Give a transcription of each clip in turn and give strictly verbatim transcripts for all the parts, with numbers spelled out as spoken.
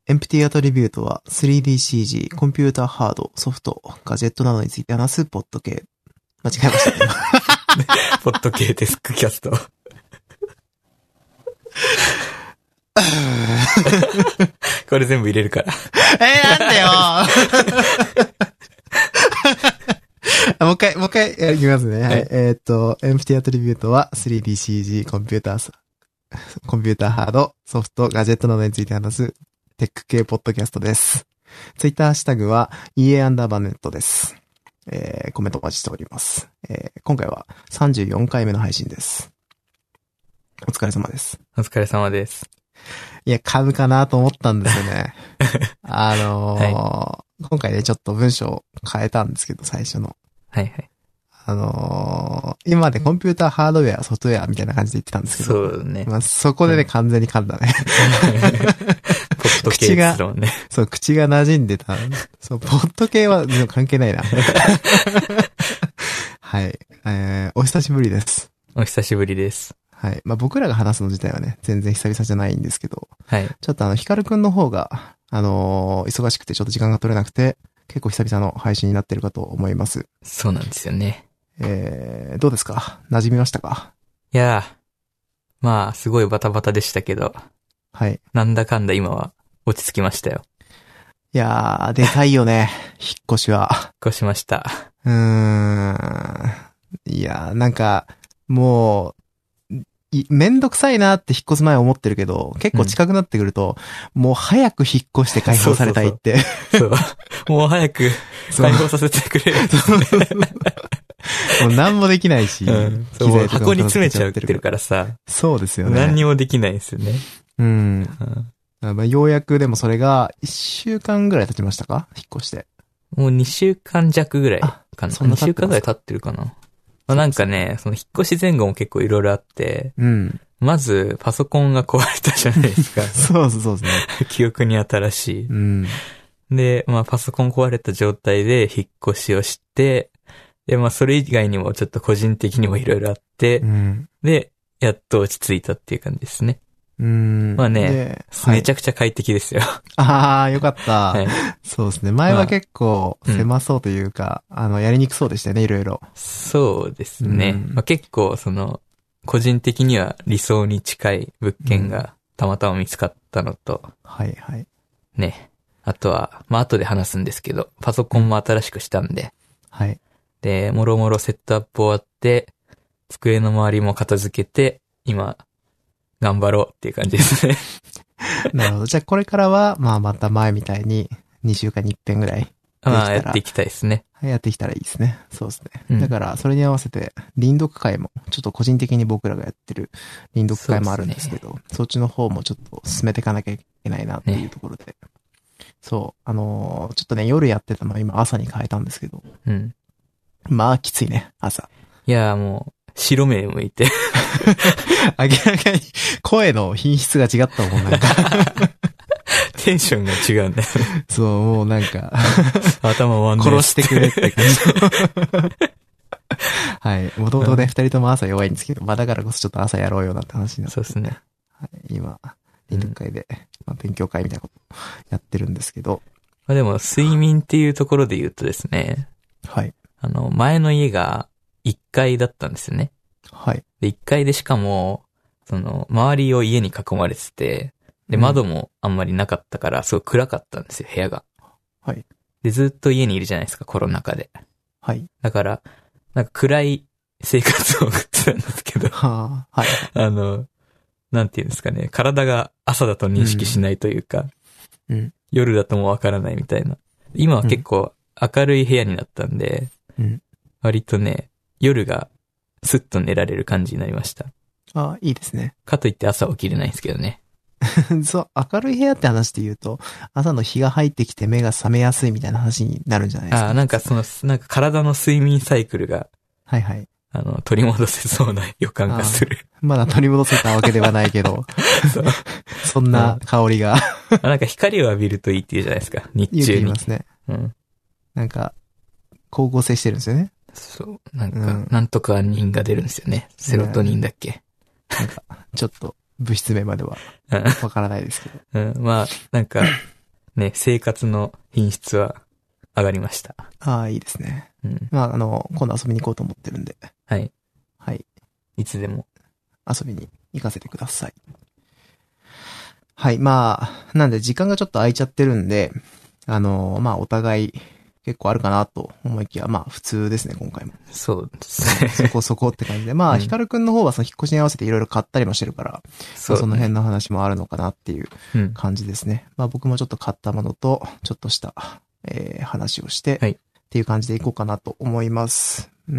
エンプティアトリビュートは スリーディーシージー、コンピューターハード、ソフト、ガジェットなどについて話すポッド系。間違えましたね。 ポッド系デスクキャスト。これ全部入れるから。 えー、なんだよーもう一回、もう一回やりますね。はい。はい、えー、っと、エンプティアトリビュートは スリーディーシージー、コンピューター、コンピューターハード、ソフト、ガジェットなどについて話すテック系ポッドキャストです。ツイッターハッシュタグは イーエー アンダーバーネットです。えー、コメントお待ちしております。えー、今回はさんじゅうよんかいめの配信です。お疲れ様です。 お疲れ様です。 いや、買うかなと思ったんですよね。あのーはい、今回ね、ちょっと文章変えたんですけど、最初の。 はいはい。 あのー、今までコンピューターハードウェア、ソフトウェアみたいな感じで言ってたんですけど。 そうね。 まあ、そこでね、うん、完全に噛んだね。 ポッド系ですもんね。 そう、口が馴染んでた。そう、ポッド系は関係ないな。はい。えー、お久しぶりです。 お久しぶりです。 はい。まあ、僕らが話すの自体はね、全然久々じゃないんですけど。 はい。 ちょっとあの、ヒカルくんの方が、あのー、忙しくてちょっと時間が取れなくて、結構久々の配信になってるかと思います。 そうなんですよね。 えー、どうですか？馴染みましたか？ いやー、まあ、すごいバタバタでしたけど。 はい。 なんだかんだ今は落ち着きましたよ。 いやー、でかいよね。引っ越しは。 引っ越しました。 うーん。いやー、なんか、もう、めんどくさいなって引っ越す前思ってるけど、結構近くなってくると、うん、もう早く引っ越して解放されたいって。 そうそうそう。そう。もう早く解放させてくれる、ね。 もう何もできないし。うん、 そうもう箱に詰めちゃってるからさ。 そうですよね。 何にもできないですよね。 うん。うん、まあ、ようやくでもそれがいっしゅうかんぐらい経ちましたか？引っ越して。 もうにしゅうかん弱ぐらいかな。そんなにしゅうかんぐらい経ってるかな。まあ、なんかね、その引っ越し前後も結構いろいろあって、 うん。 まずパソコンが壊れたじゃないですか。 そうそうそうですね。 記憶に新しい。 うん。 で、まあパソコン壊れた状態で引っ越しをして、で、まあそれ以外にもちょっと個人的にもいろいろあって、 うん、 で、やっと落ち着いたっていう感じですね。 うん。 まあね、めちゃくちゃ快適ですよ。 ああ、よかった。 はい、 そうですね。前は結構狭そうというか、まあうん、あの、やりにくそうでしたよね、いろいろ。 そうですね。うん、まあ、結構、その、個人的には理想に近い物件がたまたま見つかったのと、うん、 はいはい。 ね。あとは、まあ、後で話すんですけど、パソコンも新しくしたんで、 はい。 で、もろもろセットアップ終わって、机の周りも片付けて、今、頑張ろうっていう感じですね。 なるほど。じゃあこれからは、まあまた前みたいににしゅうかんに一遍ぐらい。 まあやっていきたいですね。 やってきたらいいですね。そうですね。うん、だからそれに合わせて、臨読会も、ちょっと個人的に僕らがやってる臨読会もあるんですけど、そ, ね、そっちの方もちょっと進めていかなきゃいけないなっていうところで。ね、そう。あのー、ちょっとね、夜やってたのは今朝に変えたんですけど。 うん。 まあきついね、朝。 いやーもう、白目向いて。 明らかに声の品質が違ったもん、なんか。 テンションが違うんだよね。 そう、もうなんか。 頭ワン殺してくれって感じ。はい。もともとね、二人とも朝弱いんですけど、まあだからこそちょっと朝やろうよなって話になって。 そうですね。 はい。今、臨読会で、うんまあ、勉強会みたいなことやってるんですけど。 まあでも、睡眠っていうところで言うとですね。 はい。 あの、前の家がいっかいだったんですよね。 はい。 で、いっかいでしかも、その、周りを家に囲まれてて、で、窓もあんまりなかったから、すごい暗かったんですよ、部屋が。 はい。 で、ずっと家にいるじゃないですか、コロナ禍で。 はい。 だから、なんか暗い生活を送ってたんですけど。 はあ、はい。 あの、なんていうんですかね、体が朝だと認識しないというか、 うん。 夜だともわからないみたいな。今は結構明るい部屋になったんで、 うん、 割とね、夜がスッと寝られる感じになりました。 ああ、いいですね。 かといって朝起きれないんですけどね。 そう、明るい部屋って話で言うと、朝の日が入ってきて目が覚めやすいみたいな話になるんじゃないですか。 ああ、なんかその、なんか体の睡眠サイクルが、 はいはい。 あの、取り戻せそうな予感がする。 まだ取り戻せたわけではないけど、 そうそんな香りが。 なんか光を浴びるといいって言うじゃないですか、日中に。 言いますね。 うん。 なんか、光合成してるんですよね。 そう。なんか、うん、なんとか人が出るんですよね。セロトニンだっけ。 なんか、ちょっと、物質名までは、わからないですけど。 うん、まあ、なんか、 ね、生活の品質は上がりました。 ああ、いいですね。 うん。 まあ、あの、今度遊びに行こうと思ってるんで。 はい。 はい。 いつでも。 遊びに行かせてください。はい。まあ、なんで時間がちょっと空いちゃってるんで、あの、まあ、お互い結構あるかなと思いきや、まあ、普通ですね、今回も。 そうですね。 そこそこって感じで。まあ、 うん、 ヒカルくんの方はその引っ越しに合わせていろいろ買ったりもしてるから、そう、ね、まあ、その辺の話もあるのかなっていう感じですね。うん、まあ、僕もちょっと買ったものと、ちょっとした、えー、話をして、はい、っていう感じでいこうかなと思います。うん。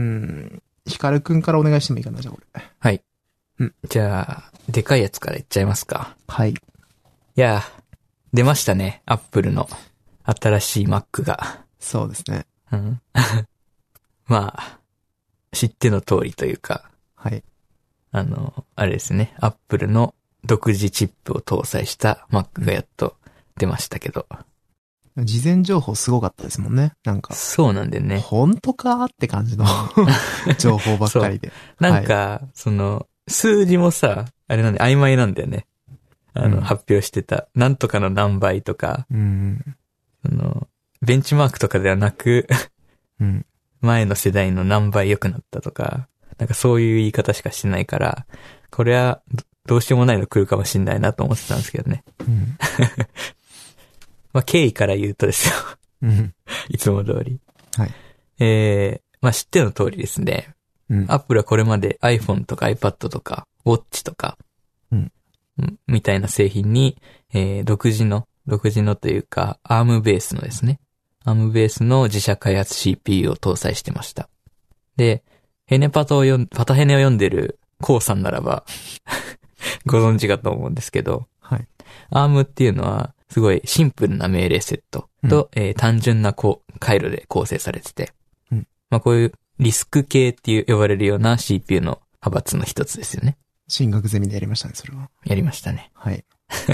ヒカルくんからお願いしてもいいかな、じゃあ俺。 はい。 うん。 じゃあ、でかいやつからいっちゃいますか。 はい。いやー、出ましたね。アップルの新しい Mac が。 そうですね。 うん。まあ、知っての通りというか。 はい。 あの、あれですね。アップルの独自チップを搭載した Mac がやっと出ましたけど。 事前情報すごかったですもんね。なんか。 そうなんだよね。 本当かって感じの情報ばっかりで。 なんか、はい、その、数字もさ、あれなんで曖昧なんだよね。あの、うん、発表してた。なんとかの何倍とか。 うん。 その、ベンチマークとかではなく、 うん、 前の世代の何倍良くなったとか、なんかそういう言い方しかしてないから、これはどうしようもないの来るかもしんないなと思ってたんですけどね。 うん、 まあ経緯から言うとですよ。 うん、 いつも通り。 はい。 えー、まあ知っての通りですね。 うん、 アップルはこれまで iPhone とか iPad とか Watch とか、 うん、 みたいな製品に、えー、独自の、独自のというか アーム ベースのですね。アーム ベースの自社開発 シーピーユー を搭載してました。で、ヘネパトを読ん、パタヘネを読んでるコウさんならば、ご存知かと思うんですけど、 はい。 アーム っていうのは、すごいシンプルな命令セットと、うん、えー、単純なこう回路で構成されてて、 うん、 まあこういうリスク系っていう呼ばれるような シーピーユー の派閥の一つですよね。 進学ゼミでやりましたね、それは。 やりましたね。 はい。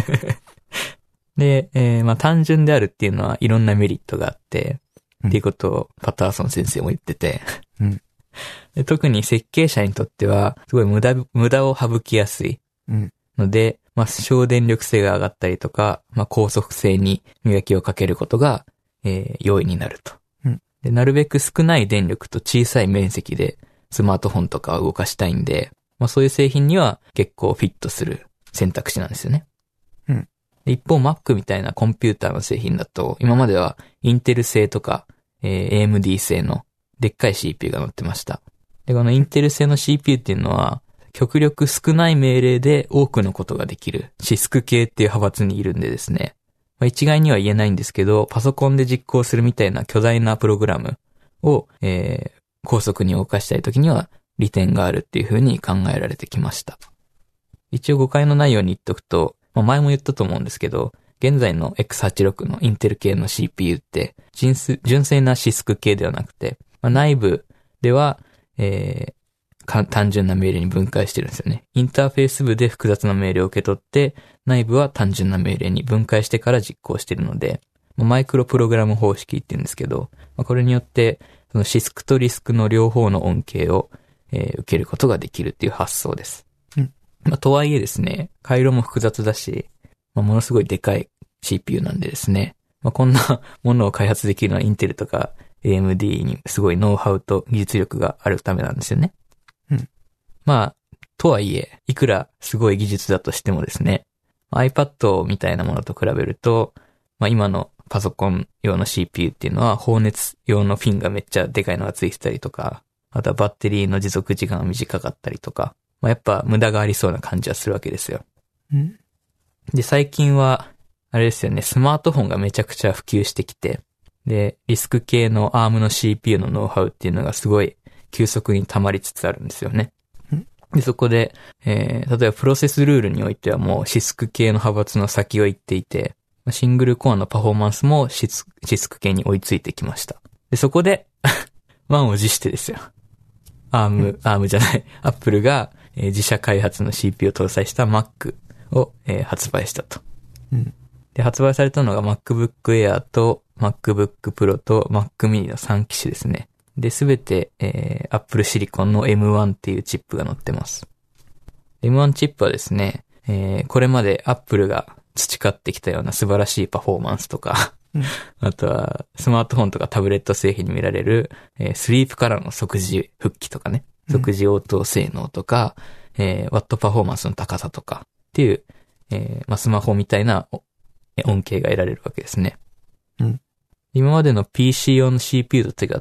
で、えー、まあ単純であるっていうのはいろんなメリットがあって、うん、っていうことをパターソン先生も言ってて、 うん、 で特に設計者にとってはすごい無駄、無駄を省きやすいので、うん、まあ省電力性が上がったりとか、まあ高速性に磨きをかけることが、えー、容易になると、 うん。 で。なるべく少ない電力と小さい面積でスマートフォンとかを動かしたいんで、まあそういう製品には結構フィットする選択肢なんですよね。 うん。 一方 Mac みたいなコンピューターの製品だと、今まではインテル製とか、えー、エーエムディー 製のでっかい シーピーユー が載ってました。で、このインテル製の シーピーユー っていうのは、極力少ない命令で多くのことができるシスク系っていう派閥にいるんでですね。まあ、一概には言えないんですけど、パソコンで実行するみたいな巨大なプログラムを、えー、高速に動かしたいときには利点があるっていう風に考えられてきました。一応誤解のないように言っとくと、まあ、前も言ったと思うんですけど、現在の エックスはちじゅうろく のインテル系の シーピーユー って純粋なシスク系ではなくて、まあ、内部では、えー、単純な命令に分解してるんですよね。インターフェース部で複雑な命令を受け取って、内部は単純な命令に分解してから実行しているので、マイクロプログラム方式って言うんですけど、まあ、これによってそのシスクとリスクの両方の恩恵を、えー、受けることができるっていう発想です。 うんまあ、とはいえですね、回路も複雑だし、まあ、ものすごいでかい シーピーユー なんでですね、まあ、こんなものを開発できるのはインテルとか エーエムディー にすごいノウハウと技術力があるためなんですよね。 うん、 まあ、とはいえ、いくらすごい技術だとしてもですね、iPad みたいなものと比べると、まあ今のパソコン用の シーピーユー っていうのは放熱用のフィンがめっちゃでかいのがついてたりとか、あとはバッテリーの持続時間が短かったりとか、まあやっぱ無駄がありそうな感じはするわけですよ。 うんで、最近は、あれですよね、スマートフォンがめちゃくちゃ普及してきて、で、リスク系の アーム の シーピーユー のノウハウっていうのがすごい急速に溜まりつつあるんですよね。で、そこで、えー、例えばプロセスルールにおいてはもうシスク系の派閥の先を行っていて、シングルコアのパフォーマンスもシス、シスク系に追いついてきました。で、そこで、満を持してですよ。アーム、アームじゃない、アップルが、えー、自社開発の シーピーユー を搭載した Mac を、えー、発売したと。 うん。 で、発売されたのが MacBook Air と MacBook Pro と Mac mini のさん機種ですね。で、すべて、えー、Apple Silicon の エムワン っていうチップが載ってます。エムワン チップはですね、えー、これまで Apple が培ってきたような素晴らしいパフォーマンスとか、 うん、 あとはスマートフォンとかタブレット製品に見られる、えー、スリープからの即時復帰とかね、即時応答性能とか、うん、えー、ワットパフォーマンスの高さとかっていう、えー、まあ、スマホみたいな恩恵が得られるわけですね。 うん、 今までの ピーシー 用の シーピーユーと違って、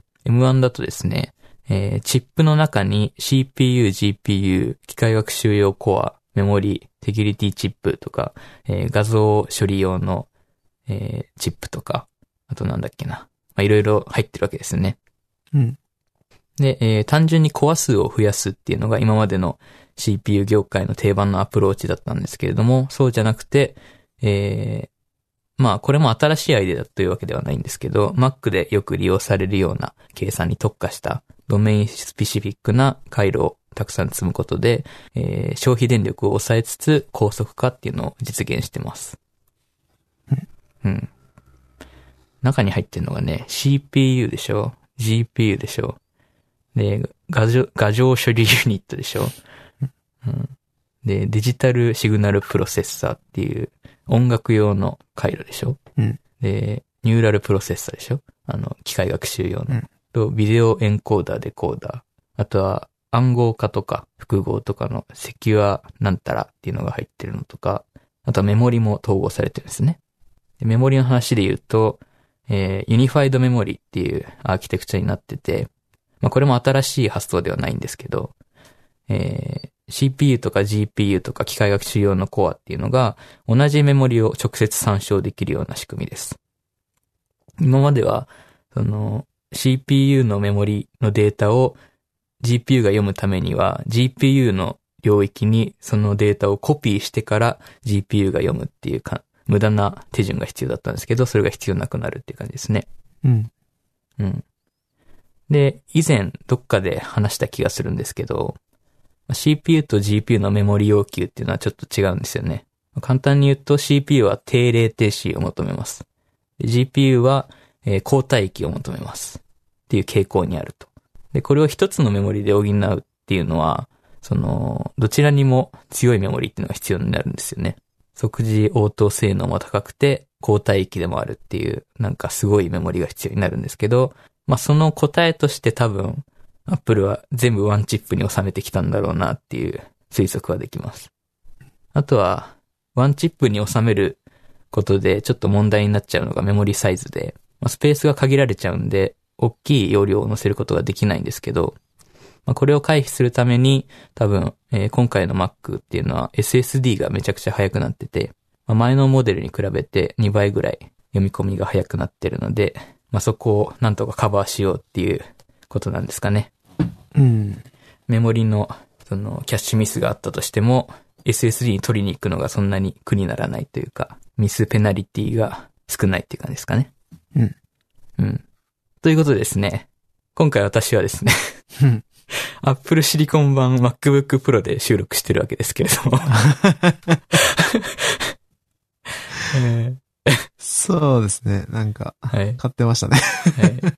エムワン だとですね、えー、チップの中に シーピーユー、ジーピーユー、機械学習用コア、メモリ、セキュリティチップとか、えー、画像処理用の、えー、チップとか、あとなんだっけな。まあ、いろいろ入ってるわけですよね。 うん。 で、えー、単純にコア数を増やすっていうのが今までの シーピーユー 業界の定番のアプローチだったんですけれども、そうじゃなくて、えー、まあこれも新しいアイデアというわけではないんですけど、Mac でよく利用されるような計算に特化したドメインスペシフィックな回路をたくさん積むことで、えー、消費電力を抑えつつ高速化っていうのを実現してます。うん。中に入ってるのがね、シーピーユー でしょ ?ジーピーユー でしょで、画像、画像処理ユニットでしょ、うん、で、デジタルシグナルプロセッサーっていう音楽用の回路でしょ、 うん、 で、ニューラルプロセッサーでしょあの、機械学習用の。うん、と、ビデオエンコーダー、デコーダー。あとは、暗号化とか複合とかのセキュアなんたらっていうのが入ってるのとか、あとはメモリも統合されてるんですね。でメモリの話で言うと、えー、ユニファイドメモリっていうアーキテクチャになってて、まあこれも新しい発想ではないんですけど、えー、シーピーユー とか ジーピーユー とか機械学習用のコアっていうのが同じメモリを直接参照できるような仕組みです。今までは、その シーピーユー のメモリのデータを ジーピーユー が読むためには ジーピーユー の領域にそのデータをコピーしてから ジーピーユー が読むっていうか無駄な手順が必要だったんですけど、それが必要なくなるっていう感じですね。 うん。 うん。で、以前どっかで話した気がするんですけど、シーピーユー と ジーピーユー のメモリ要求っていうのはちょっと違うんですよね。簡単に言うと シーピーユー は定例停止を求めます。ジーピーユー は、えー、交代域を求めます。っていう傾向にあると。で、これを一つのメモリで補うっていうのは、その、どちらにも強いメモリっていうのが必要になるんですよね。即時応答性能も高くて、交代域でもあるっていう、なんかすごいメモリが必要になるんですけど、まあ、その答えとして多分、Apple は全部ワンチップに収めてきたんだろうなっていう推測はできます。あとは、ワンチップに収めることでちょっと問題になっちゃうのがメモリサイズで、まあ、スペースが限られちゃうんで、大きい容量を載せることができないんですけど、まあ、これを回避するために多分、えー、今回の Mac っていうのは エスエスディー がめちゃくちゃ速くなってて、まあ、前のモデルに比べてにばいぐらい読み込みが速くなってるので、まあ、そこをなんとかカバーしようっていうことなんですかね。 うん。 メモリのそのキャッシュミスがあったとしても エスエスディー に取りに行くのがそんなに苦にならないというか、ミスペナリティが少ないっていう感じですかね。 うん。 うん。ということでですね、今回私はですね、Apple Silicon 版 MacBook Pro で収録してるわけですけれども、えー、 そうですね、なんか、 はい、 買ってましたね、 はい。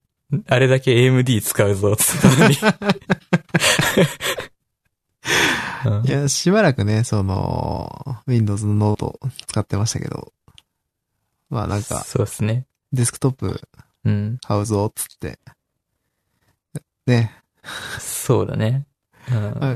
あれだけ エーエムディー 使うぞって言ったのに、 いや、しばらくね、その、Windows のノート使ってましたけど、まあなんか、 そうですね。 デスクトップ、 うん。 買うぞ、つって。ね。 そうだね、うん。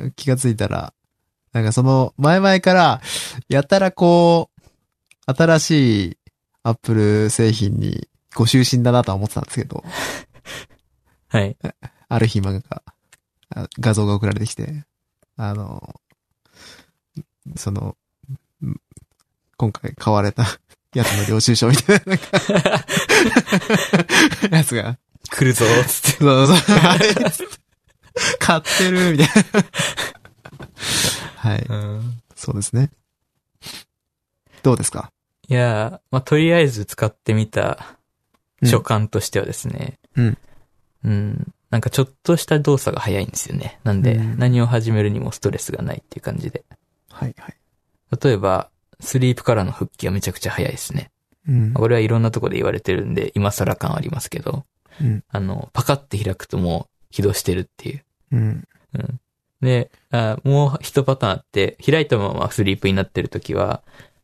気がついたら、なんかその、前々から、やたらこう、新しい Apple 製品にご就寝だなとは思ってたんですけど。 はい。 ある日、なんか、画像が送られてきて、あの、その、今回買われたやつの領収書みたいな、なんかやつが。 来るぞ、つって。 そうそう。あれ買ってる、みたいな。はい、うん。そうですね。どうですか？ いや、まあ、とりあえず使ってみた所感としてはですね。 うん。 うん。なんかちょっとした動作が早いんですよね。なんで、何を始めるにもストレスがないっていう感じで。 はいはい。 例えば、スリープからの復帰はめちゃくちゃ早いですね。 うん。 これはいろんなところで言われてるんで、今更感ありますけど。 うん、 あの、パカって開くともう起動してるっていう。 うん。 うん。で、あもう一パターンあって、開いたままスリープになってるときは、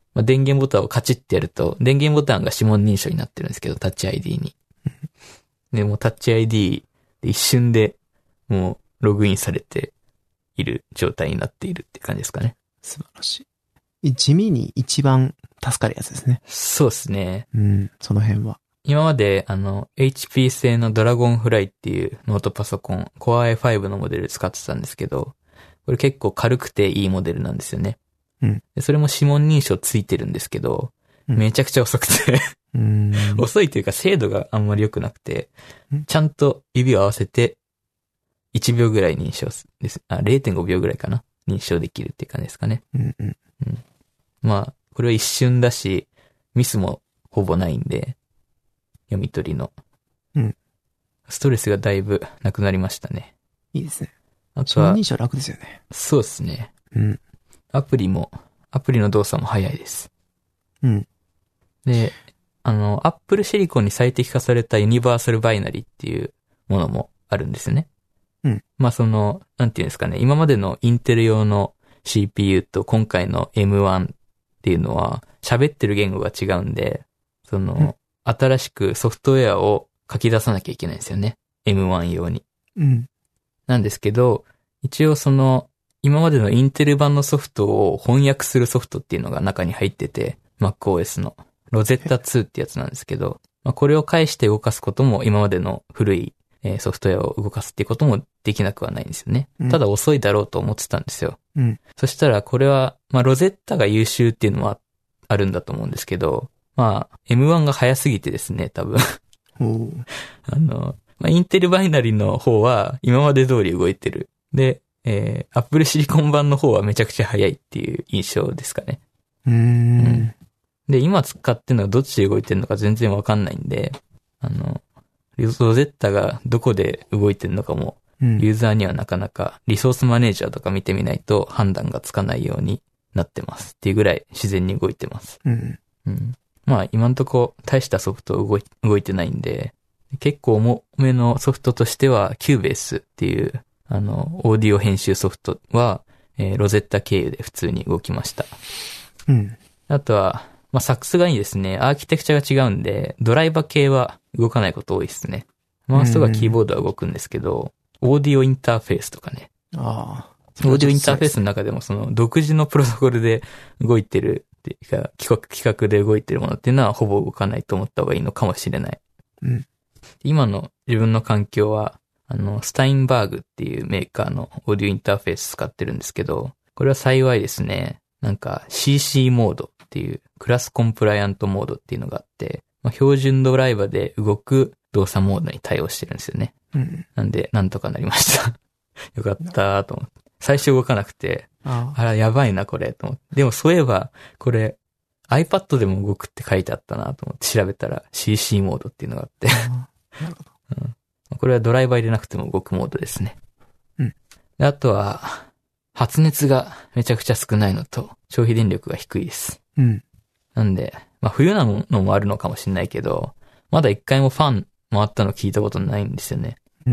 まあ、電源ボタンをカチッてやると、電源ボタンが指紋認証になってるんですけど、タッチ アイディー に。で、もうタッチ アイディー で一瞬でもうログインされている状態になっているって感じですかね。 素晴らしい。地味に一番助かるやつですね。 そうですね。 うん、その辺は。 今まで、あの、エイチピー 製のドラゴンフライっていうノートパソコン、Core アイファイブ のモデル使ってたんですけど、これ結構軽くていいモデルなんですよね。 うん。 でそれも指紋認証ついてるんですけど、 うん、 めちゃくちゃ遅くてうーん遅いというか精度があんまり良くなくて、 んちゃんと指を合わせていちびょうぐらい認証です。あ、れいてんごびょうぐらいかな。認証できるっていう感じですかね。 うんうん。 うん。まあ、これは一瞬だし、ミスもほぼないんで、読み取りの。 うん。 ストレスがだいぶなくなりましたね。 いいですね。 あとは指紋認証楽ですよね。 そうですね。 うん。 アプリも、アプリの動作も早いです。 うん。 で、あの、Apple Silicon に最適化されたユニバーサルバイナリっていうものもあるんですよね。 うん。 まあその、なんていうんですかね、今までのインテル用の シーピーユー と今回の エムワン っていうのは喋ってる言語が違うんで、その、うん、新しくソフトウェアを書き出さなきゃいけないんですよね。エムワン 用に。 うん。 なんですけど、一応その、今までのインテル版のソフトを翻訳するソフトっていうのが中に入ってて、MacOS のロゼッタツーってやつなんですけど、まあ、これを介して動かすことも今までの古いソフトウェアを動かすっていうこともできなくはないんですよね。うん、ただ遅いだろうと思ってたんですよ。 うん、 そしたらこれは、まあロゼッタが優秀っていうのはあるんだと思うんですけど、まあ エムワン が早すぎてですね、多分。あの、まあ、インテルバイナリの方は今まで通り動いてる。で、えー、Apple Silicon 版の方はめちゃくちゃ早いっていう印象ですかね。 うーん。うんで、今使ってるのがどっちで動いてるのか全然わかんないんで、あの、ロゼッタがどこで動いてるのかも、ユーザーにはなかなかリソースマネージャーとか見てみないと判断がつかないようになってますっていうぐらい自然に動いてます。 うんうん、まあ今んとこ大したソフト動い、動いてないんで、結構重めのソフトとしては Cubase っていうあの、オーディオ編集ソフトは、えー、ロゼッタ経由で普通に動きました。 うん。 あとは、まあ、さすがにですね、アーキテクチャが違うんで、ドライバー系は動かないこと多いですね。マウスとかキーボードは動くんですけど、オーディオインターフェースとかね。 ああ。 オーディオインターフェースの中でもその独自のプロトコルで動いてるっていうか、企画、企画で動いてるものっていうのはほぼ動かないと思った方がいいのかもしれない。 うん。 今の自分の環境は、あの、スタインバーグっていうメーカーのオーディオインターフェース使ってるんですけど、これは幸いですね、なんか シーシー モードっていうクラスコンプライアントモードっていうのがあって、まあ、標準ドライバーで動く動作モードに対応してるんですよね。 うん、 なんで、なんとかなりました。よかったと思って。最初動かなくて、 あ, あら、やばいな、これ、と思って。でも、そういえば、これ、iPad でも動くって書いてあったな、と思って調べたら シーシー モードっていうのがあって。 なるほど。 うんこれはドライバー入れなくても動くモードですね。 うん。 であとは、発熱がめちゃくちゃ少ないのと、消費電力が低いです。 うん。 なんで、まあ冬なのもあるのかもしれないけど、まだ一回もファン回ったの聞いたことないんですよね。 うん。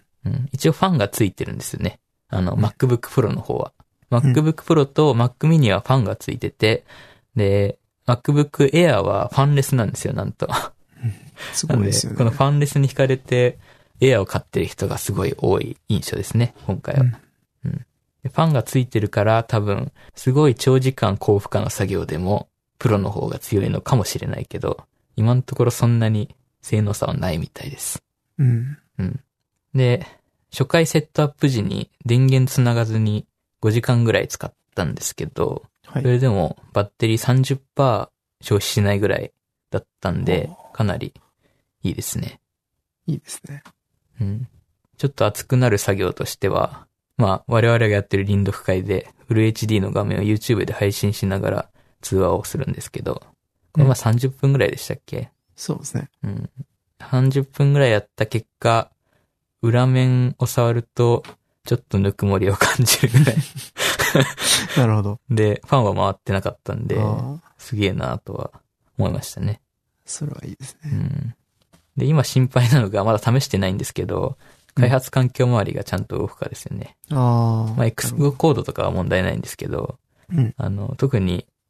うん、一応ファンがついてるんですよね。あの、MacBook Pro の方は。MacBook Pro と Mac mini はファンがついてて、で、MacBook Air はファンレスなんですよ、なんと。 すごいですよね。 このファンレスに惹かれて、エアを買ってる人がすごい多い印象ですね、今回は。うんうん、ファンがついてるから多分、すごい長時間高負荷の作業でも、プロの方が強いのかもしれないけど、今のところそんなに性能差はないみたいです。 うん。 うん。で、初回セットアップ時に電源つながずにごじかんぐらい使ったんですけど、 はい、 それでもバッテリー さんじゅっパーセント 消費しないぐらいだったんで、かなりいいですね。 いいですね。 うん。ちょっと熱くなる作業としては、まあ我々がやってる臨読会でフル エイチディー の画面を YouTube で配信しながら通話をするんですけど、これまあさんじゅっぷんぐらいでしたっけ、うん、 そうですね。 うん。さんじゅっぷんぐらいやった結果、裏面を触るとちょっとぬくもりを感じるぐらい。 なるほど。 で、ファンは回ってなかったんで、すげえなとは思いましたね。 それはいいですね。 うん。で、今心配なのが、まだ試してないんですけど、開発環境周りがちゃんと動くかですよね。 うん、ああ。 まあ、X コードとかは問題ないんですけど、 うん、 あの、特に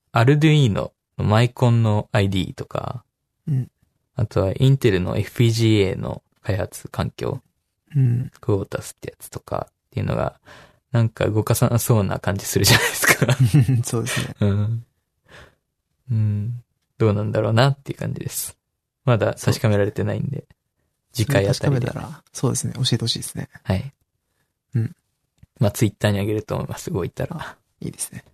Arduino のマイコンの アイディー とか、 うん。 あとはインテルの エフピージーエー の開発環境、 うん。 クォータスってやつとかっていうのが、なんか動かさなそうな感じするじゃないですか。 そうですね。 うん。うん。どうなんだろうなっていう感じです。まだ確かめられてないんで、次回あたりで。 確かめたら、そうですね。教えてほしいですね。 はい。 うん。 まあ、ツイッターにあげると思います。動いたら。 いいですね。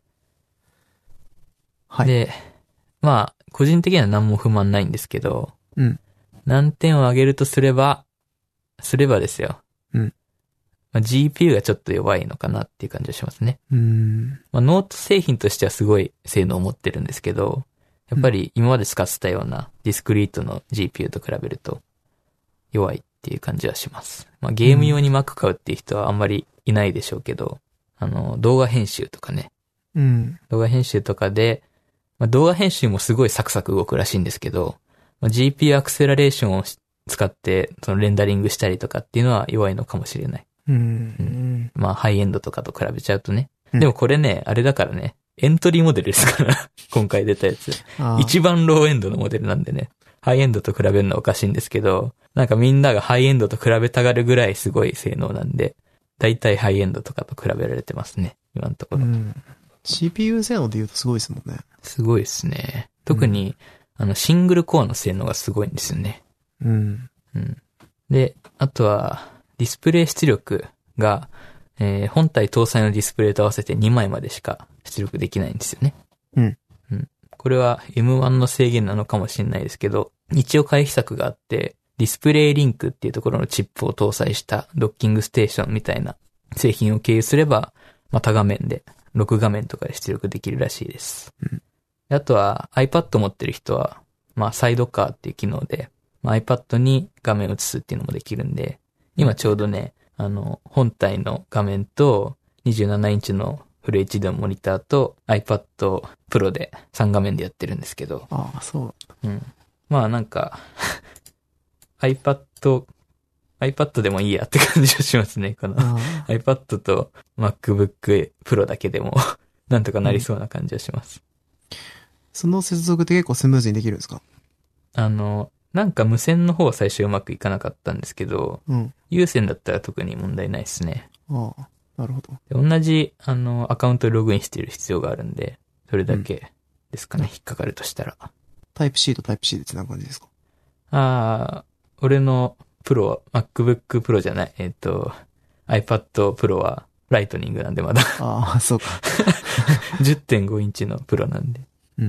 はい。 で、まあ、個人的には何も不満ないんですけど、 うん。 何点をあげるとすれば、すればですよ。 うん。 まあ、ジーピーユー がちょっと弱いのかなっていう感じがしますね。 うーん。 まあ、ノート製品としてはすごい性能を持ってるんですけど、やっぱり今まで使ってたようなディスクリートの ジーピーユー と比べると弱いっていう感じはします。まあ、ゲーム用に Mac 買うっていう人はあんまりいないでしょうけど、あの、動画編集とかね。 うん。 動画編集とかで、まあ、動画編集もすごいサクサク動くらしいんですけど、まあ、ジーピーユー アクセラレーションを使ってそのレンダリングしたりとかっていうのは弱いのかもしれない。 うん。ううんん。 まあ、ハイエンドとかと比べちゃうとね。 うんでもこれね、あれだからね、エントリーモデルですから、今回出たやつ。 あー一番ローエンドのモデルなんでね、ハイエンドと比べるのはおかしいんですけど、なんかみんながハイエンドと比べたがるぐらいすごい性能なんで、だいたいハイエンドとかと比べられてますね、今のところ。 うん。シーピーユー 性能で言うとすごいですもんね。 すごいですね。特に、うん、あの、シングルコアの性能がすごいんですよね。 うん。 うん。で、あとは、ディスプレイ出力が、えー、本体搭載のディスプレイと合わせてにまいまでしか出力できないんですよね。 うん。 うん。これは エムワン の制限なのかもしれないですけど、一応回避策があって、ディスプレイリンクっていうところのチップを搭載したドッキングステーションみたいな製品を経由すれば、まあ、多画面で、ろく画面とかで出力できるらしいです。 うん。 あとは iPad 持ってる人は、まあ、サイドカーっていう機能で、まあ、iPad に画面を映すっていうのもできるんで、今ちょうどね、あの、本体の画面とにじゅうななインチのフル エイチディー のモニターと iPad Pro でさん画面でやってるんですけど。 ああ、そう。 うん。まあなんか、iPad、iPad でもいいやって感じがしますね。この iPad と MacBook Pro だけでもなんとかなりそうな感じがします。 うん、その接続って結構スムーズにできるんですか？ あの、なんか無線の方は最初うまくいかなかったんですけど、 うん。 有線だったら特に問題ないですね。 ああ、なるほど。 で同じ、あの、アカウントでログインしてる必要があるんで、それだけですかね、うん、引っかかるとしたら。 タイプ C とタイプ C でつなぐ感じですか？ ああ、俺のプロは、MacBook Pro じゃない、えっと、iPad Pro はライトニングなんでまだ。 ああ、そうか。 じゅってんご インチのプロなんで。 うんうん。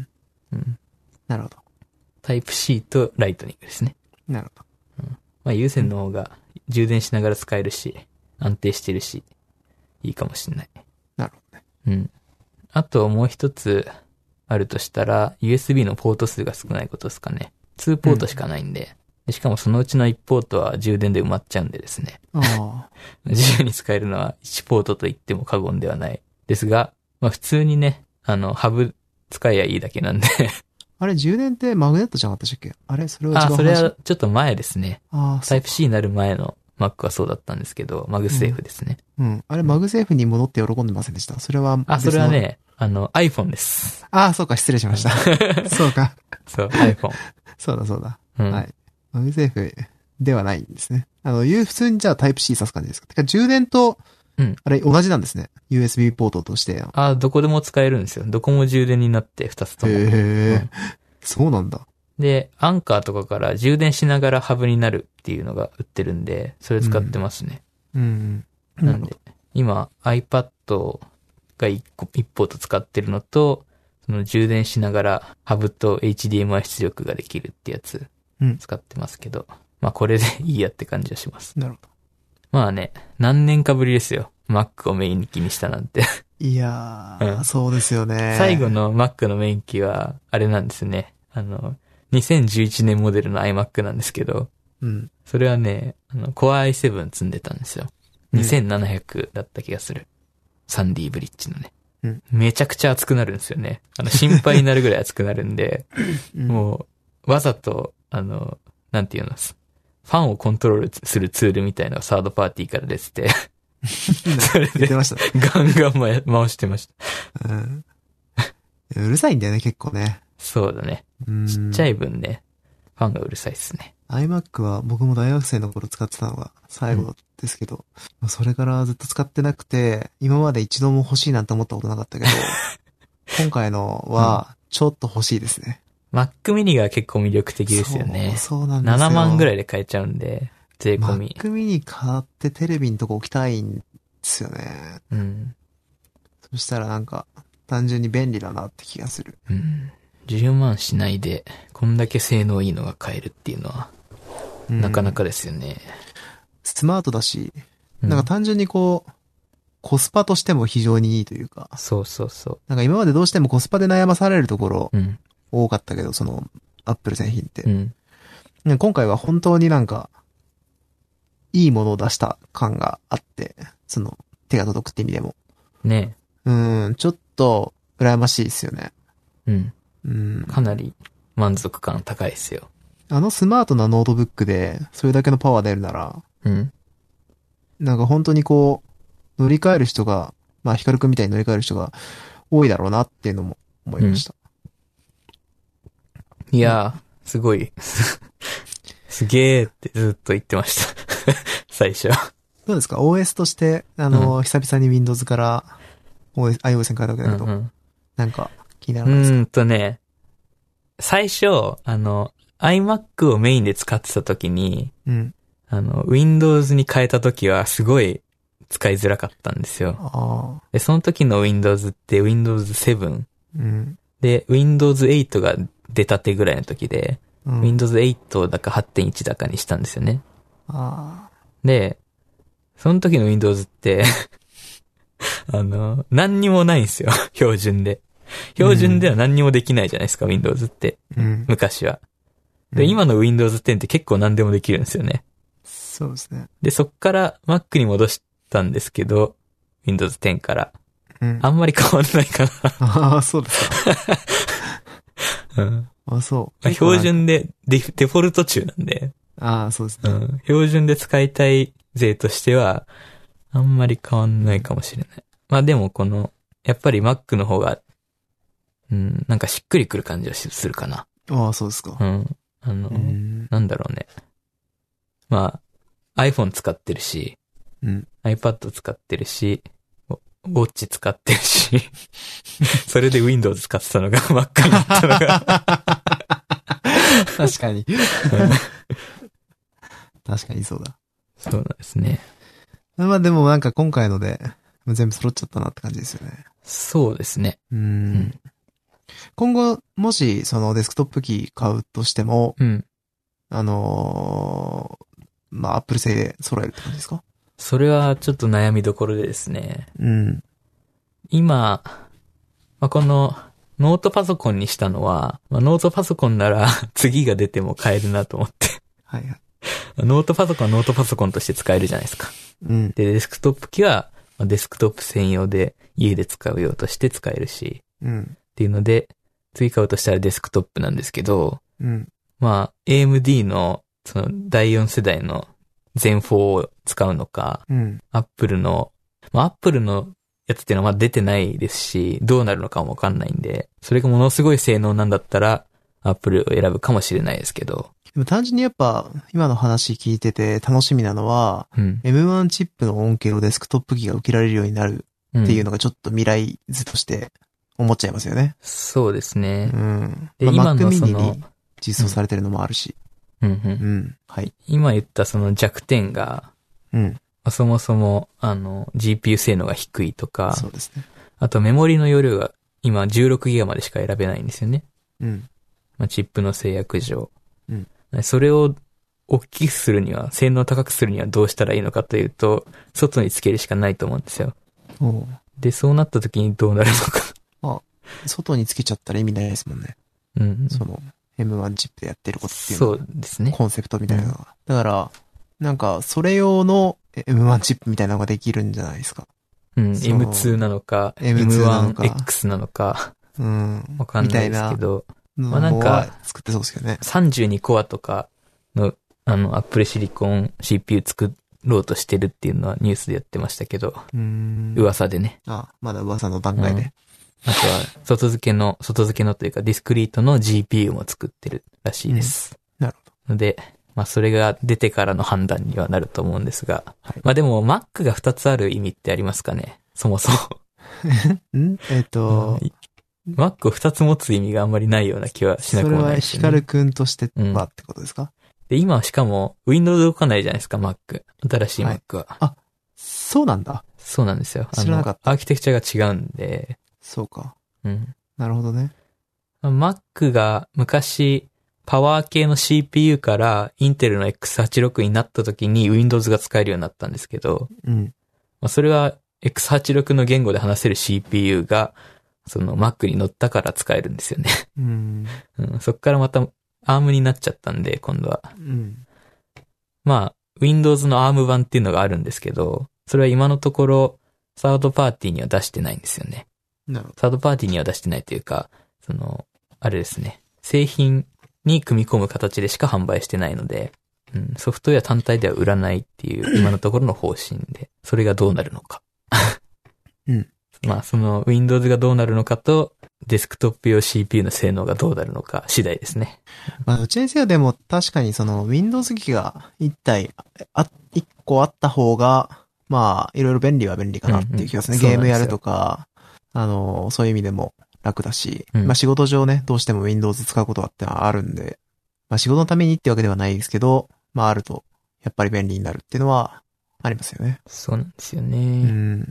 うん。なるほど。 タイプ C とライトニングですね。 なるほど。うん、まあ有線の方が充電しながら使えるし、安定してるし、いいかもしれない。 なるほどね。 うん。あともう一つあるとしたら、ユーエスビー のポート数が少ないことですかね。にポートしかないんで。うん、でしかもそのうちのいちポートは充電で埋まっちゃうんでですね。 ああ。 自由に使えるのはいちポートと言っても過言ではない。ですが、まあ普通にね、あの、ハブ使えばいいだけなんで。 あれ、充電ってマグネットじゃなかったでしたっけ？あれ、それは違う話？ あ、それはちょっと前ですね。 ああ、 タイプ C になる前の Mac はそうだったんですけど、マグセーフですね。 うん。うん、あれ、マグセーフに戻って喜んでませんでした？それは、 あ、それはね、あの、iPhone です。 ああ、そうか、失礼しました。そうか。 そう、iPhone。 そうだ、そうだ。 うん、 はい。マグセーフではないんですね。あの、普通にじゃあタイプ C 挿す感じですか？てか、充電と、うん。あれ、同じなんですね。ユーエスビー ポートとして。 あ、どこでも使えるんですよ。どこも充電になって二つとも。 へえ、うん。そうなんだ。 で、アンカーとかから充電しながらハブになるっていうのが売ってるんで、それ使ってますね。 うん。 うん、なんで、今 iPad が一個、一ポート使ってるのと、その充電しながらハブと エイチディーエムアイ 出力ができるってやつ使ってますけど、うん、まあこれでいいやって感じはします。 なるほど。 まあね、何年かぶりですよ。Mac をメイン機にしたなんて。 いやー、うん、そうですよね。 最後の Mac のメイン機は、あれなんですね。あの、にせんじゅういちねんモデルの iMac なんですけど、 うん。 それはね、あの、Core アイセブン 積んでたんですよ。にせんななひゃくだった気がする。サンディブリッジのね。 うん。 めちゃくちゃ熱くなるんですよね。あの、心配になるぐらい熱くなるんで、うん、もう、わざと、あの、なんていうの、ファンをコントロールするツールみたいなのがサードパーティーから出てて、それで、 言ってましたね、 ガンガン回してました。 うん。 うるさいんだよね、結構ね。 そうだね。 うん。 ちっちゃい分ね、ファンがうるさいっすね。 iMac は僕も大学生の頃使ってたのが最後ですけど、うん、それからずっと使ってなくて、今まで一度も欲しいなんて思ったことなかったけど、今回のはちょっと欲しいですね。 うん、Mac mini が結構魅力的ですよね。 そう、そうなんですよ。 ななまんぐらいで買えちゃうんで、税込み。 Mac mini 買ってテレビのとこ置きたいんですよね。 うん。 そしたらなんか、単純に便利だなって気がする。 うん。じゅうまんしないで、こんだけ性能いいのが買えるっていうのは、うん、なかなかですよね。 スマートだし、なんか単純にこう、コスパとしても非常にいいというか。 そうそうそう。 なんか今までどうしてもコスパで悩まされるところ、 うん、 多かったけど、その、アップル製品って。 うん、 今回は本当になんか、いいものを出した感があって、その、手が届くって意味でも。 ねえ。うん、ちょっと、羨ましいですよね。 うん。 うん。 かなり満足感高いですよ。 あのスマートなノートブックで、それだけのパワー出るなら、 うん。 なんか本当にこう、乗り換える人が、まあ、ヒカルくんみたいに乗り換える人が多いだろうなっていうのも思いました。 うん、いやー、すごい。すげーってずっと言ってました。最初。 どうですか ?オーエス として、あの、うん、久々に Windows から オーエス、iOS に変えたわけだけど、うんうん、なんか気にならないですか？ うーんとね、最初、あの、iMac をメインで使ってた時に、 うん、 あの、Windows に変えた時はすごい使いづらかったんですよ。 あで、その時の Windows って Windows セブン、 うん、 で、Windows エイトが出たてぐらいの時で、 うん、 Windows エイトだか はってんいち だかにしたんですよね。 あで、その時の Windows って、あの、何にもないんですよ。標準で。標準では何にもできないじゃないですか、うん、Windows って。 うん、 昔は。で、うん、今の Windows テンって結構何でもできるんですよね。 そうですね。 で、そっから Mac に戻したんですけど、Windows テンから。 うん、 あんまり変わんないかな。 ああ、そうですか。 うん、 あ、そう。 まあ、標準でデ、デフォルト中なんで。 ああ、そうですね、 うん。標準で使いたい勢としては、あんまり変わんないかもしれない。まあでもこの、やっぱり Mac の方が、うん、なんかしっくりくる感じはするかな。 ああ、そうですか。 うん。あの、なんだろうね。まあ、iPhone 使ってるし、 うん、 iPad 使ってるし、Watch 使ってるし、それで Windows 使ってたのが Mac になったのが。 確かに。確かにそうだ。 そうなんですね。 まあでもなんか今回ので全部揃っちゃったなって感じですよね。 そうですね。 うん。うん、今後、もしそのデスクトップ機買うとしても、 うん、あのー、まあ Apple 製で揃えるって感じですか？ それはちょっと悩みどころでですね。 うん。 今、まあ、このノートパソコンにしたのは、まあ、ノートパソコンなら次が出ても買えるなと思って。 はいはい。 ノートパソコンはノートパソコンとして使えるじゃないですか。 うん。 で、デスクトップ機はデスクトップ専用で家で使う用として使えるし。 うん。 っていうので、次買うとしたらデスクトップなんですけど、 うん。 まあ、エーエムディー のそのだいよん世代のゼンフォーを使うのか、 うん、 Apple の、まあ Apple のやつっていうのはまだ出てないですし、どうなるのかもわかんないんで、それがものすごい性能なんだったら、Apple を選ぶかもしれないですけど。 でも単純にやっぱ、今の話聞いてて楽しみなのは、うん、エムワン チップの恩恵をデスクトップ機が受けられるようになるっていうのがちょっと未来図として思っちゃいますよね。 そうですね。 うん。 で、 まあ、 今の Mac mini に実装されてるのもあるし。 うんうん。うん。 はい。 今言ったその弱点が、 うん。 そもそも、あの、ジーピーユー 性能が低いとか、 そうですね。 あとメモリの容量が今 じゅうろくギガ までしか選べないんですよね。 うん。 まあ、チップの制約上。 うん。 それを大きくするには、性能を高くするにはどうしたらいいのかというと、外につけるしかないと思うんですよ。 おで、そうなった時にどうなるのか。 あ、外につけちゃったら意味ないですもんね。 うん。 その、エムワン チップでやってることっていうのそうですね。 コンセプトみたいなのが。うん、だから、なんか、それ用の エムワン チップみたいなのができるんじゃないですか。 うん、エムツー なのか、エムワンエックス なのか、 うん。 わかんないですけど、 まあなんか、作ってそうですけどね。 さんじゅうにコアとかの、あの、Apple Silicon シーピーユー 作ろうとしてるっていうのはニュースでやってましたけど、 うん。 噂でね。 あ、まだ噂の段階で。 あとは、外付けの、外付けのというかディスクリートの ジーピーユー も作ってるらしいです。 うん、なるほど。 ので、まあそれが出てからの判断にはなると思うんですが。 はい、 まあでも Mac がふたつある意味ってありますかね、そもそも。 んえっ、ー、と、 うん、Mac をふたつ持つ意味があんまりないような気はしなくもないですね。 それはヒカルくんとしてはってことですか、うん、 で、今しかも Windows 動かないじゃないですか、Mac。新しい Mac は。はい、 あ、そうなんだ。 そうなんですよ。 知らなかった。 アーキテクチャが違うんで。 そうか。 うん。 なるほどね。 Mac が昔、パワー系の シーピーユー からインテルの エックスはちじゅうろく になった時に Windows が使えるようになったんですけど、 うん。 まあ、それは エックスはちじゅうろく の言語で話せる シーピーユー が、その Mac に乗ったから使えるんですよね。 うん。 うん、そっからまた アーム になっちゃったんで、今度は。 うん。 まあ、Windows の アーム 版っていうのがあるんですけど、それは今のところ、サードパーティーには出してないんですよね。 なるほど。 サードパーティーには出してないというか、その、あれですね。製品に組み込む形でしか販売してないので、うん、ソフトウェア単体では売らないっていう今のところの方針で、それがどうなるのか。 うん。 まあ、その Windows がどうなるのかと、デスクトップ用 シーピーユー の性能がどうなるのか次第ですね。 まあ、どっちにせよでも確かにその Windows 機器が一体、あ、一個あった方が、まあ、いろいろ便利は便利かなっていう気がするね。うんうん、ゲームやるとか、あの、そういう意味でも楽だし、うん、まあ仕事上ね、どうしても Windows 使うことがってのはあるんで、まあ仕事のためにってわけではないですけど、まああると、やっぱり便利になるっていうのはありますよね。 そうなんですよね。 うん。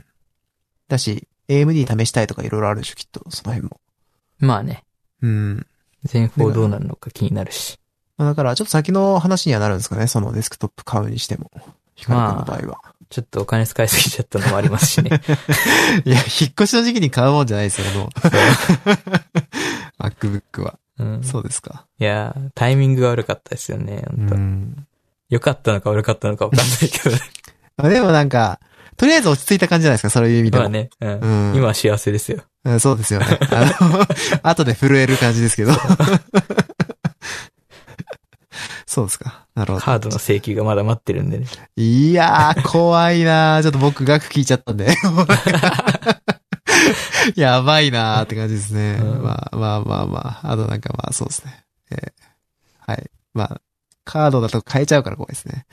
だし、エーエムディー 試したいとかいろいろあるでしょ、きっと、その辺も。まあね。 うん。 全方どうなるのか気になるし。 まあだから、ちょっと先の話にはなるんですかね、そのデスクトップ買うにしても。ヒカル君の場合は。まあ、 ちょっとお金使いすぎちゃったのもありますしね。 いや、引っ越しの時期に買うもんじゃないですよ、もう。MacBook は、うん。そうですか。 いや、タイミングが悪かったですよね、本当、うん、良かったのか悪かったのか分かんないけどね。 でもなんか、とりあえず落ち着いた感じじゃないですか、そういう意味でも。 まあね、うん。うん、今は幸せですよ。 うん、そうですよね。あの、後で震える感じですけど。そうですか。なるほど。 カードの請求がまだ待ってるんでね。 いやー、怖いなー。ちょっと僕額聞いちゃったんで。やばいなーって感じですね。うん、まあまあまあまあ。あとなんかまあそうですね。えー、はい。まあ、カードだと変えちゃうから怖いですね。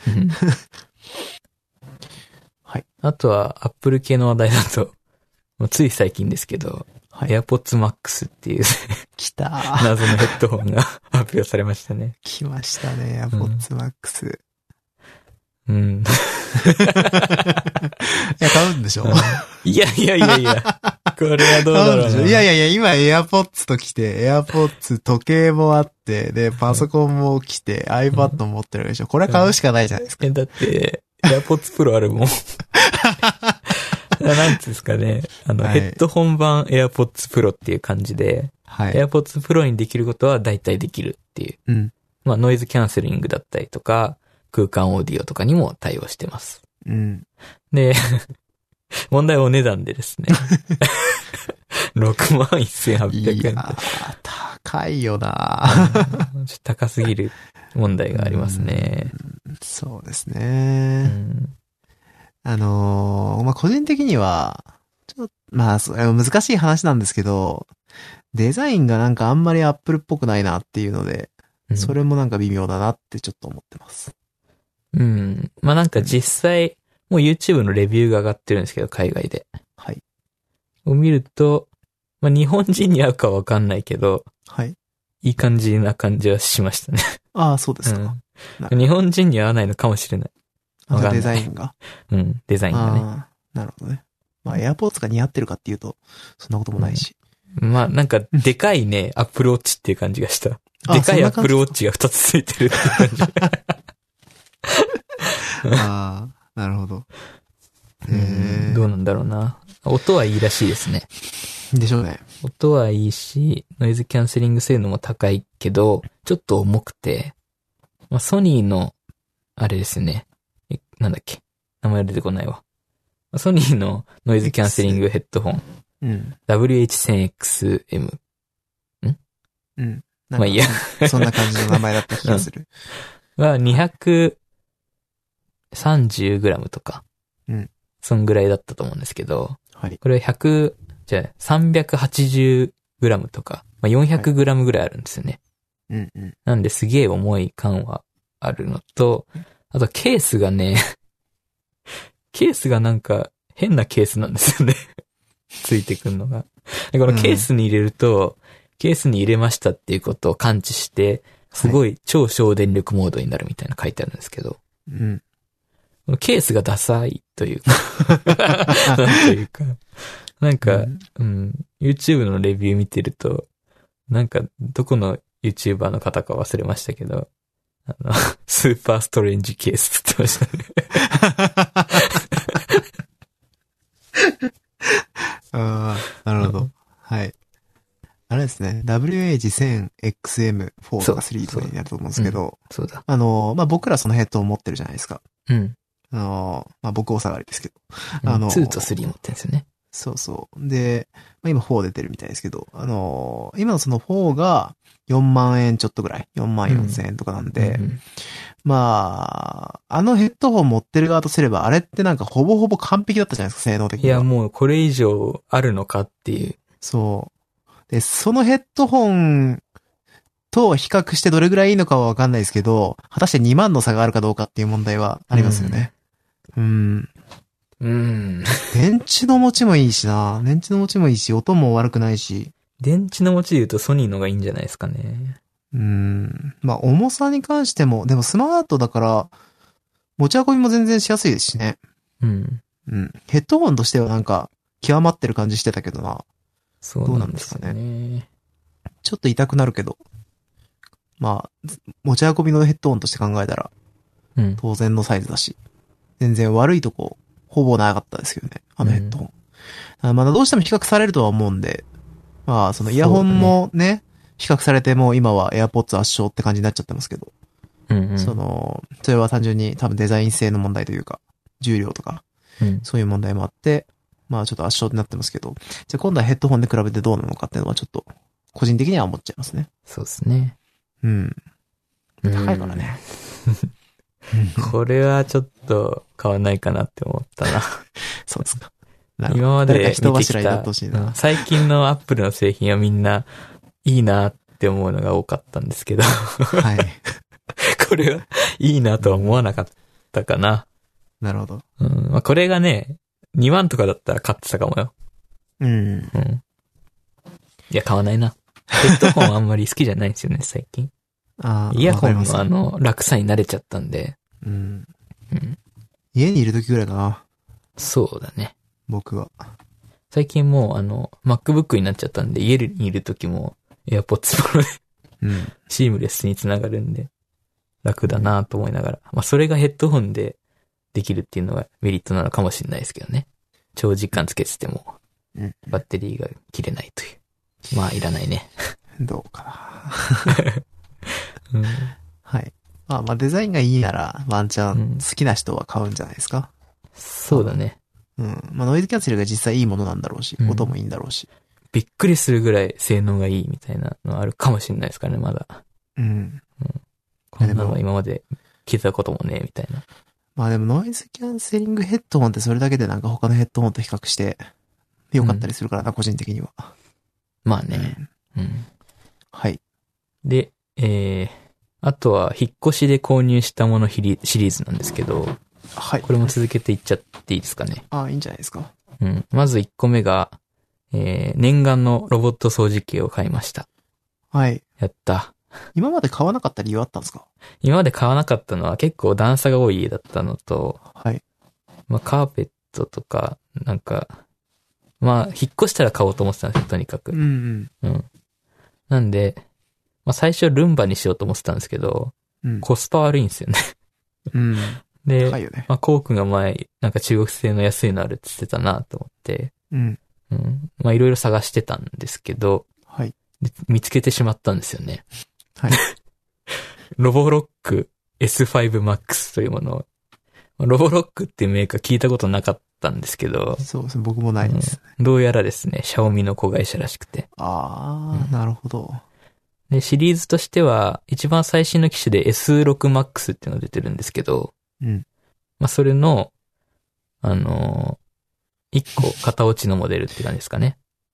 はい。 あとは、アップル系の話題だと、もうつい最近ですけど、はい、AirPods Max っていう来た謎のヘッドホンが発表されましたね。 来ましたね、AirPods Max。 うん。うん、いや、買うんでしょ、うん、 いやいやいやいや。これはどうだろうな。 いやいやいや、今 AirPods と来て、AirPods 時計もあって、で、パソコンも来て、うん、iPad も持ってるでしょ。これ買うしかないじゃないですか。 うん、だって、AirPods Pro あるもん。なんつうんですかね。あの、はい、ヘッドホン版 AirPods Pro っていう感じで、はい、AirPods Pro にできることは大体できるっていう。 うん、 まあ、ノイズキャンセリングだったりとか、空間オーディオとかにも対応してます。 うん、で、 問題はお値段でですね。ろくまんせんはっぴゃくえん。いや高いよなちょっと高すぎる問題がありますね。 うそうですね。うんあのー、まあ、個人的には、ちょっと、まあ、難しい話なんですけど、デザインがなんかあんまりアップルっぽくないなっていうので、うん、それもなんか微妙だなってちょっと思ってます。 うん。まあ、なんか実際、もう YouTube のレビューが上がってるんですけど、海外で。 はい。 を見ると、まあ、日本人に合うかわかんないけど、 はい。 いい感じな感じはしましたね。 ああ、そうですか、 うん。日本人に合わないのかもしれない。 デザインが。 うん、デザインがね。 あなるほどね。まあ、AirPods が似合ってるかっていうと、そんなこともないし。 うん、まあ、なんか、でかいね、アップルウォッチっていう感じがした。でかいアップルウォッチがふたつついてるっていう感じ。ああ、なるほど。 えー、どうなんだろうな。音はいいらしいですね。 でしょうね。 音はいいし、ノイズキャンセリング性能も高いけど、ちょっと重くて、まあ、ソニーの、あれですね。なんだっけ名前出てこないわ。ソニーのノイズキャンセリングヘッドホン。 うん。 ダブリューエイチせんエックスエム。んうん。 まあいいや。 そんな感じの名前だった気がする。 は、にひゃくさんじゅうグラムとか。 うん。 そんぐらいだったと思うんですけど。 はい。 これひゃくじゃあさんびゃくはちじゅうグラムとか、まあ、よんひゃくグラムぐらいあるんですよね。 うんうん。 なんですげえ重い缶はあるのと、あとケースがね、ケースがなんか変なケースなんですよね。ついてくるのが。でこのケースに入れると、うん、ケースに入れましたっていうことを感知して、すごい超省電力モードになるみたいな書いてあるんですけど、 うん、 このケースがダサいというか、なんというか、なんか、うん、うん、YouTube のレビュー見てると、なんかどこの YouTuber の方か忘れましたけど、あの、スーパーストレンジケースって言ってましたね。 ああ、なるほど。はい。あれですね、ダブリューエイチせんエックスエムフォー とかスリーとかになると思うんですけど、 そう、うん、そうだ。 あの、まあ、僕らそのヘッドを持ってるじゃないですか。 うん。 あの、まあ、僕お下がりですけど。 あの、ツーとスリー持ってるんですよね。 そうそう。で、まあ、今フォー出てるみたいですけど、あの、今のそのフォーがよんまんえんちょっとぐらい、よんまんよんせんえんとかなんで、うんうん、まあ、あのヘッドホン持ってる側とすれば、あれってなんかほぼほぼ完璧だったじゃないですか、性能的には。 いや、もうこれ以上あるのかっていう。 そう。で、そのヘッドホンと比較してどれぐらいいいのかはわかんないですけど、果たしてにまんの差があるかどうかっていう問題はありますよね。うん。うんうん。 電池の持ちもいいしな。電池の持ちもいいし、音も悪くないし。 電池の持ちで言うとソニーのがいいんじゃないですかね。 うーん。まあ、重さに関しても、でもスマートだから、持ち運びも全然しやすいですしね。 うん。 うん。ヘッドホンとしてはなんか、極まってる感じしてたけどな。 そうなんですかね。どうなんですかね。 ちょっと痛くなるけど。まあ、持ち運びのヘッドホンとして考えたら、 うん、 当然のサイズだし。全然悪いとこ、ほぼなかったですけどね。あのヘッドホン。うん、まだどうしても比較されるとは思うんで、まあ、そのイヤホンもね、ね比較されてもう今は AirPods 圧勝って感じになっちゃってますけど。 うんうん、 その、それは単純に多分デザイン性の問題というか、重量とか、うん、そういう問題もあって、まあちょっと圧勝になってますけど、じゃあ今度はヘッドホンで比べてどうなのかっていうのはちょっと、個人的には思っちゃいますね。 そうですね。 うん。高いからね。 これはちょっと買わないかなって思ったな。 そうですか。 今まで見てきた、 うん、 最近のアップルの製品はみんないいなって思うのが多かったんですけど。 はい。 これはいいなとは思わなかったかな。 なるほど。 うん。まあ、これがね、にまんとかだったら買ってたかもよ。 うん。 うん。いや、買わないな。ヘッドホンあんまり好きじゃないんですよね、最近。 あイヤホンのあの、楽さに慣れちゃったんで。 うん。 うん。 家にいる時ぐらいかな。 そうだね。 僕は。 最近もうあの、MacBook になっちゃったんで、家にいる時も AirPods Pro で、 うん、 シームレスにつながるんで、楽だなと思いながら。まあ、それがヘッドホンでできるっていうのがメリットなのかもしれないですけどね。長時間つけてても、バッテリーが切れないという。まあ、いらないね。 どうかな、うん。はい。まあ、まあ、デザインがいいなら、ワンチャン好きな人は買うんじゃないですか。 うん、そうだね。 うん。まあ、ノイズキャンセルが実際いいものなんだろうし、うん、音もいいんだろうし。 びっくりするぐらい性能がいいみたいなのあるかもしれないですからね、まだ。 うん。うん。 こんなの今まで聞いたこともねえ、みたいな。 まあでもノイズキャンセリングヘッドホンってそれだけでなんか他のヘッドホンと比較して良かったりするからな、うん、個人的には。 まあね。うん。うん、 はい。 で、えー、あとは引っ越しで購入したものシリーズなんですけど、 はい。 これも続けていっちゃっていいですかね。 ああ、いいんじゃないですか。 うん。まずいっこめが、えー、念願のロボット掃除機を買いました。 はい。 やった。 今まで買わなかった理由あったんですか？ 今まで買わなかったのは結構段差が多い家だったのと、 はい。 まあ、カーペットとか、なんか、まあ、引っ越したら買おうと思ってたんですよ、とにかく。 うんうん。 うん。なんで、まあ、最初ルンバにしようと思ってたんですけど、うん、コスパ悪いんですよね。 うん。 で、 高いよね。 まあ、コークが前、なんか中国製の安いのあるって言ってたなと思って、 うん。 うん。まあ、いろいろ探してたんですけど、 はい。 見つけてしまったんですよね。 はい。 ロボロック エスファイブマックス というものを、ロボロックっていうメーカー聞いたことなかったんですけど、 そうですね、僕もないです、 うん。どうやらですね、シャオミの子会社らしくて。 あー、うん、なるほど。 で、シリーズとしては、一番最新の機種で エスシックスマックス っていうのが出てるんですけど、 うん。 まあ、それの、あのー、一個型落ちのモデルって感じですかね。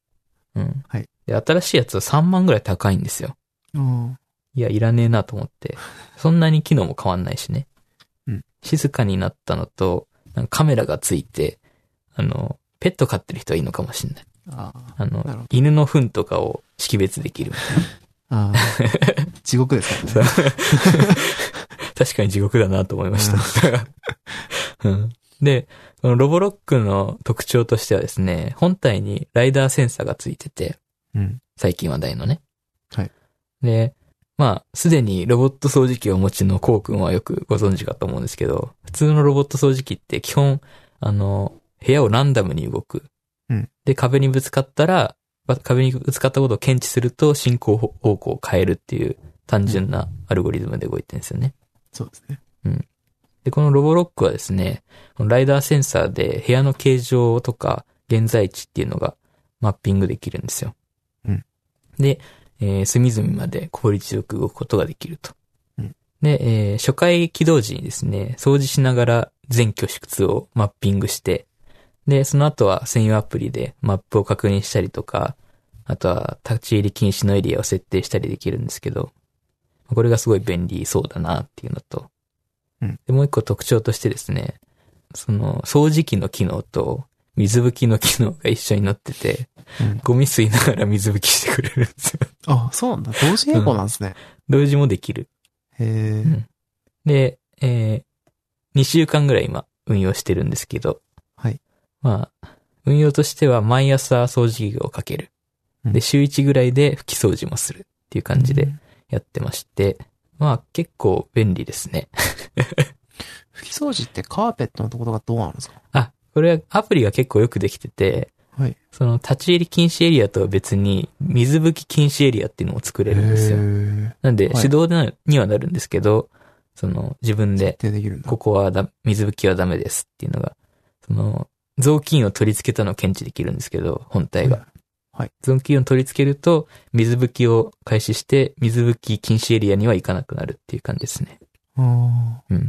うん。 はい。 で、新しいやつはさんまんぐらい高いんですよ。 うん。 いや、いらねえなと思って。そんなに機能も変わんないしね。 うん。 静かになったのと、なんかカメラがついて、あの、ペット飼ってる人はいいのかもしれない。 ああ。 あの、犬の糞とかを識別できるみたいな。 ああ。地獄ですからね。 確かに地獄だなと思いました。うん、で、このロボロックの特徴としてはですね、本体にライダーセンサーがついてて、 うん、 最近話題のね。 はい。 で、まあ、すでにロボット掃除機をお持ちのコウ君はよくご存知かと思うんですけど、普通のロボット掃除機って基本、あの、部屋をランダムに動く。 うん、で、 壁にぶつかったら、壁にぶつかったことを検知すると進行方向を変えるっていう単純なアルゴリズムで動いてるんですよね。 そうですね。 うん。で、このロボロックはですね、このライダーセンサーで部屋の形状とか現在地っていうのがマッピングできるんですよ。 うん。 で、えー、隅々まで効率よく動くことができると。 うん。 で、えー、初回起動時にですね、掃除しながら全居室をマッピングして、で、その後は専用アプリでマップを確認したりとか、あとは立ち入り禁止のエリアを設定したりできるんですけど、これがすごい便利そうだなっていうのと、 うん、 でもう一個特徴としてですね、その掃除機の機能と水拭きの機能が一緒になってて、うん、ゴミ吸いながら水拭きしてくれるんですよ。 あ、そうなんだ。同時並行なんですね。 うん、同時もできる。 へー、うん、 で、えー、にしゅうかんぐらい今運用してるんですけど、 はい。 まあ、運用としては毎朝掃除機をかける。うん、で、週いちぐらいで拭き掃除もするっていう感じでやってまして、うん、まあ結構便利ですね。 拭き掃除ってカーペットのところがどうなるんですか？ あ、これはアプリが結構よくできてて、 はい。 その立ち入り禁止エリアとは別に水拭き禁止エリアっていうのを作れるんですよ。なんで、手動でにはなるんですけど、その自分で、ここはだ水拭きはダメですっていうのが、その雑巾を取り付けたのを検知できるんですけど、本体が。 はい。 雑巾を取り付けると、水拭きを開始して、水拭き禁止エリアには行かなくなるっていう感じですね。 うん。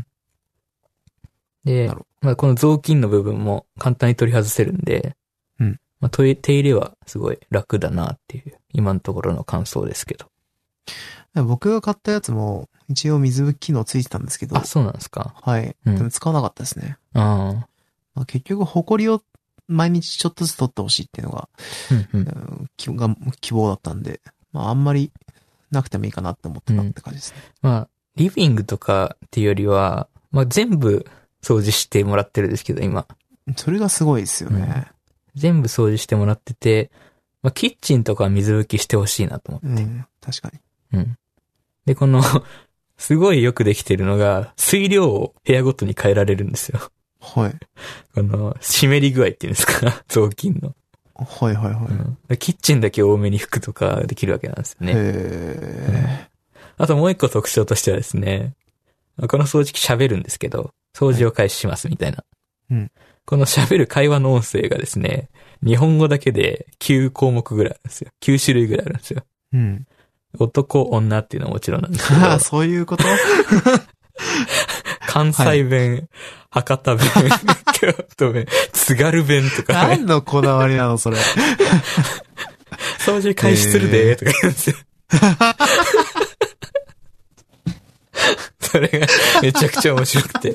で、まあ、この雑巾の部分も簡単に取り外せるんで、 うん。 まあ、手入れはすごい楽だなっていう、今のところの感想ですけど。 僕が買ったやつも、一応水拭き機能ついてたんですけど。 あ、そうなんですか。 はい。うん、でも使わなかったですね。 あまあ、結局、埃を毎日ちょっとずつ取ってほしいっていうのが、うんうん、希望希望だったんで、まあ、あんまりなくてもいいかなって思ってたって感じですね。 うん、まあ、リビングとかっていうよりは、まあ、全部掃除してもらってるんですけど、今。 それがすごいですよね。 うん、全部掃除してもらってて、まあ、キッチンとかは水拭きしてほしいなと思って。 うん、確かに。 うん。で、この、すごいよくできてるのが、水量を部屋ごとに変えられるんですよ。 はい。 この、湿り具合っていうんですか、雑巾の。 はいはいはい、 うん。キッチンだけ多めに拭くとかできるわけなんですよね。へー、うん。あともう一個特徴としてはですね、この掃除機喋るんですけど、掃除を開始しますみたいな。 はい、うん。 この喋る会話の音声がですね、日本語だけできゅうこうもくぐらいあるんですよ。きゅうしゅるいぐらいあるんですよ。 うん。 男、女っていうのはもちろんなんですけど。 ああ、そういうこと関西弁、はい、博多弁、京都弁、津軽弁とか、 ね。何のこだわりなの、それ。 掃除開始するでーとか言うんですよ。それがめちゃくちゃ面白くて。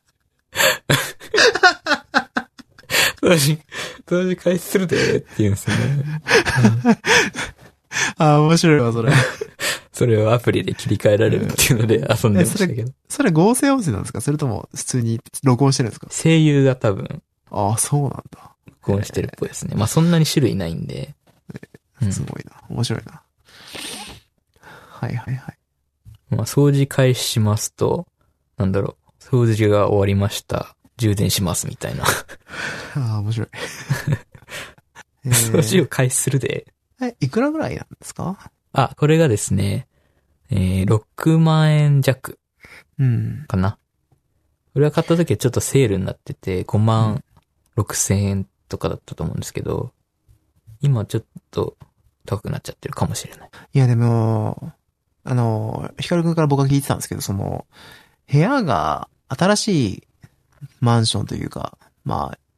掃除、掃除開始するでーって言うんですよね。うん、 ああ、面白いわ、それ。 それをアプリで切り替えられるっていうので遊んでましたけど。 それ、それ合成音声なんですか？それとも普通に録音してるんですか？ 声優が多分。 ああ、そうなんだ。 録音してるっぽいですね。まあそんなに種類ないんで。 えー、すごいな。面白いな。はいはいはい。 まあ掃除開始しますと、なんだろう、掃除が終わりました。充電しますみたいな。 ああ、面白い。 えー、掃除を開始するで。 え、いくらぐらいなんですか？ あ、これがですね、えー、ろくまんえん弱。 うん。 かな。俺が買った時はちょっとセールになってて、ごまんろくせんえんとかだったと思うんですけど、今ちょっと高くなっちゃってるかもしれない。 いやでも、あの、ヒカルくんから僕が聞いてたんですけど、その、部屋が新しいマンションというか、まあ、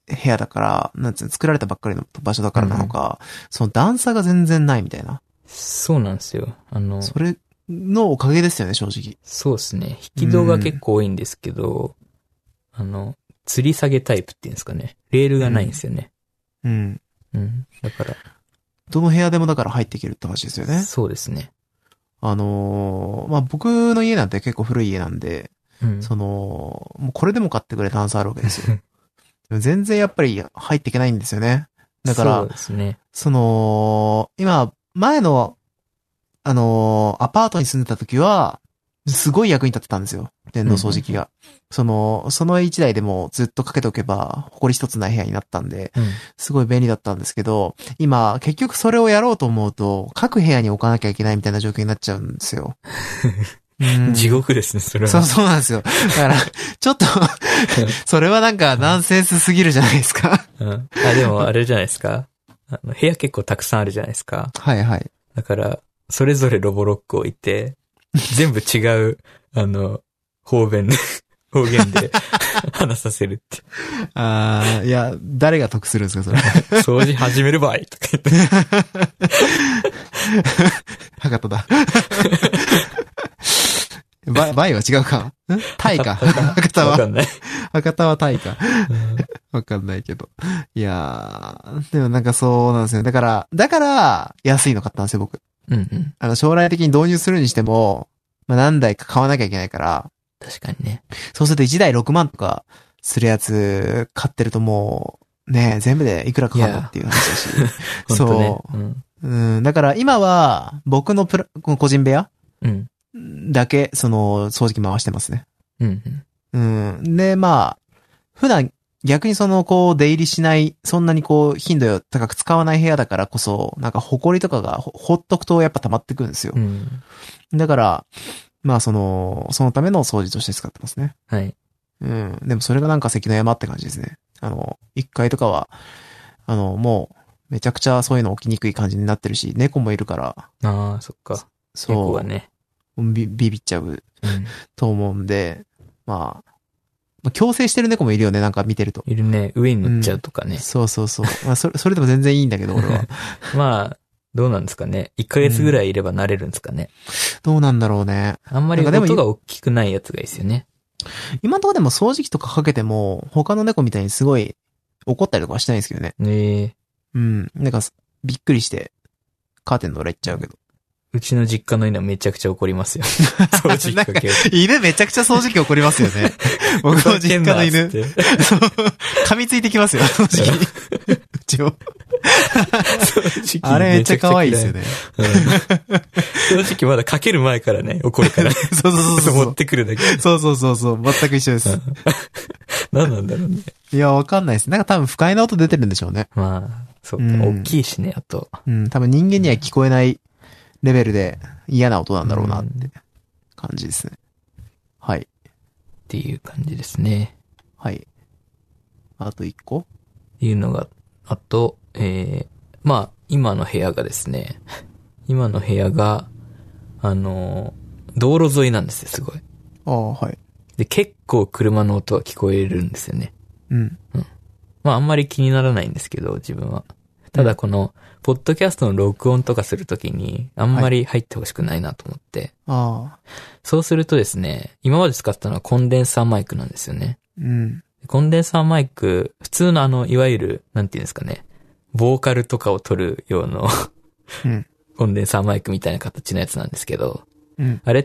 部屋だから、なんつうの、作られたばっかりの場所だからなのか、うん、その段差が全然ないみたいな。 そうなんですよ。あの、 それのおかげですよね、正直。 そうですね。引き戸が結構多いんですけど、うん、あの、吊り下げタイプっていうんですかね。レールがないんですよね。 うん。 うん。うん、だから。 どの部屋でもだから入っていけるって話ですよね。 そうですね。 あのー、まあ、僕の家なんて結構古い家なんで、 うん、 その、もうこれでも買ってくれ段差あるわけですよ。全然やっぱり入っていけないんですよね。だから、 そうですね。 その、今、前の、あのー、アパートに住んでた時は、すごい役に立ってたんですよ。電動掃除機が。うんうん、その、その一台でもずっとかけておけば、埃一つない部屋になったんで、うん、すごい便利だったんですけど、今、結局それをやろうと思うと、各部屋に置かなきゃいけないみたいな状況になっちゃうんですよ。 地獄ですね、それは。 そうそうなんですよ。だから、ちょっと、それはなんかナンセンスすぎるじゃないですか。 うん。あ、でもあれじゃないですか。あの部屋結構たくさんあるじゃないですか。 はいはい。 だから、それぞれロボロックを置いて、全部違う、あの、方便で、方言で話させるって。 ああ、いや、誰が得するんですか、それ。 掃除始める場合とか言って。 博多だ。バイ、バイは違うか。タイか。博多は。 わかんない。 博多はタイか。わかんないけど。いやー、でもなんかそうなんですよ。だから、だから、安いの買ったんですよ、僕。 うんうん。 あの、将来的に導入するにしても、まあ、何台か買わなきゃいけないから。 確かにね。 そうするといちだいろくまんとかするやつ買ってるともう、ね、全部でいくらかかるのっていう話だし。 そう、 ね。うん。うん。だから今は、僕のプラ、個人部屋うん。 だけ、その、掃除機回してますね。 うん、 うん。うん。で、まあ、普段、逆にその、こう、出入りしない、そんなにこう、頻度を高く使わない部屋だからこそ、なんか、埃とかがほ、ほっとくとやっぱ溜まってくるんですよ。 うん。 だから、まあ、その、そのための掃除として使ってますね。 はい。 うん。でもそれがなんか関の山って感じですね。あの、いっかいとかは、あの、もう、めちゃくちゃそういうの起きにくい感じになってるし、猫もいるから。 ああ、そっか。そう。猫はね。 ビビビっちゃう、 うん、 と思うんで、まあ、まあ、強制してる猫もいるよね、なんか見てると。 いるね。上に乗っちゃうとかね。うん、 そうそうそう。まあ、それ、それでも全然いいんだけど、俺は。 まあ、どうなんですかね。いっかげつぐらいいれば慣れるんですかね。 うん、どうなんだろうね。 あんまり音が大きくないやつがいいですよね。 今のところでも掃除機とかかけても、他の猫みたいにすごい怒ったりとかはしないんですけどね。 ねえ。 うん。なんか、びっくりして、カーテンの裏行っちゃうけど。 うちの実家の犬はめちゃくちゃ怒りますよ。掃除機かける。 犬めちゃくちゃ掃除機怒りますよね。僕の実家の犬。噛みついてきますよ、掃除機。うちも。あれめっちゃ可愛いですよね。 うん、掃除機まだかける前からね、怒るから、ね。 そうそうそうそう。 持ってくるだけ。 そうそうそうそう。全く一緒です。 何なんだろうね。 いや、わかんないです。なんか多分不快な音出てるんでしょうね。 まあ、そうか。うん、大きいしね、あと。 うん、多分人間には聞こえないレベルで嫌な音なんだろうなって感じですね。はい。 っていう感じですね。 はい。あと一個っていうのが、あと、えー、まあ、今の部屋がですね、今の部屋が、あの、道路沿いなんですよ、すごい。 ああ、はい。 で、結構車の音は聞こえるんですよね。 うん。 うん。まあ、あんまり気にならないんですけど、自分は。ただこの、ポッドキャストの録音とかするときに、あんまり入ってほしくないなと思って。 はい、ああ。 そうするとですね、今まで使ったのはコンデンサーマイクなんですよね。 うん。 コンデンサーマイク、普通のあの、いわゆる、なんていうんですかね、ボーカルとかを取る用の、 うん、 コンデンサーマイクみたいな形のやつなんですけど、 うん、 あれって、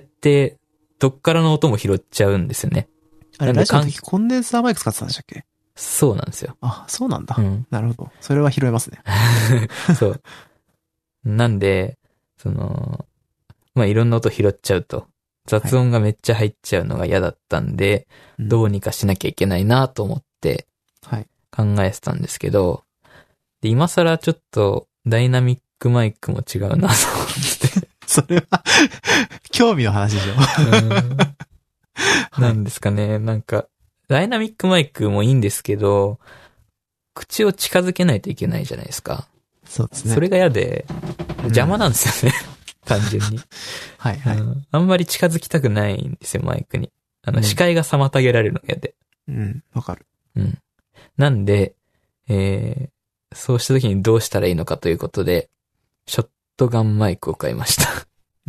どっからの音も拾っちゃうんですよね。 あれ、ラジオの時コンデンサーマイク使ってたんでしたっけ？ そうなんですよ。 あ、そうなんだ。 うん、 なるほど。それは拾えますね。 そう。なんで、その、まあ、いろんな音拾っちゃうと、雑音がめっちゃ入っちゃうのが嫌だったんで、はい、どうにかしなきゃいけないなと思って、考えてたんですけど、で、今更ちょっとダイナミックマイクも違うなと思って。 それは、興味の話でしょ。 なんですかね、なんか、ダイナミックマイクもいいんですけど、口を近づけないといけないじゃないですか。 そうですね。 それが嫌で、邪魔なんですよね。うん、単純に。 はいはい、 うん。あんまり近づきたくないんですよ、マイクに。あの、視界が妨げられるのが嫌で。 うん、わかる。 うん。なんで、 えー、そうした時にどうしたらいいのかということで、ショットガンマイクを買いました。 うん。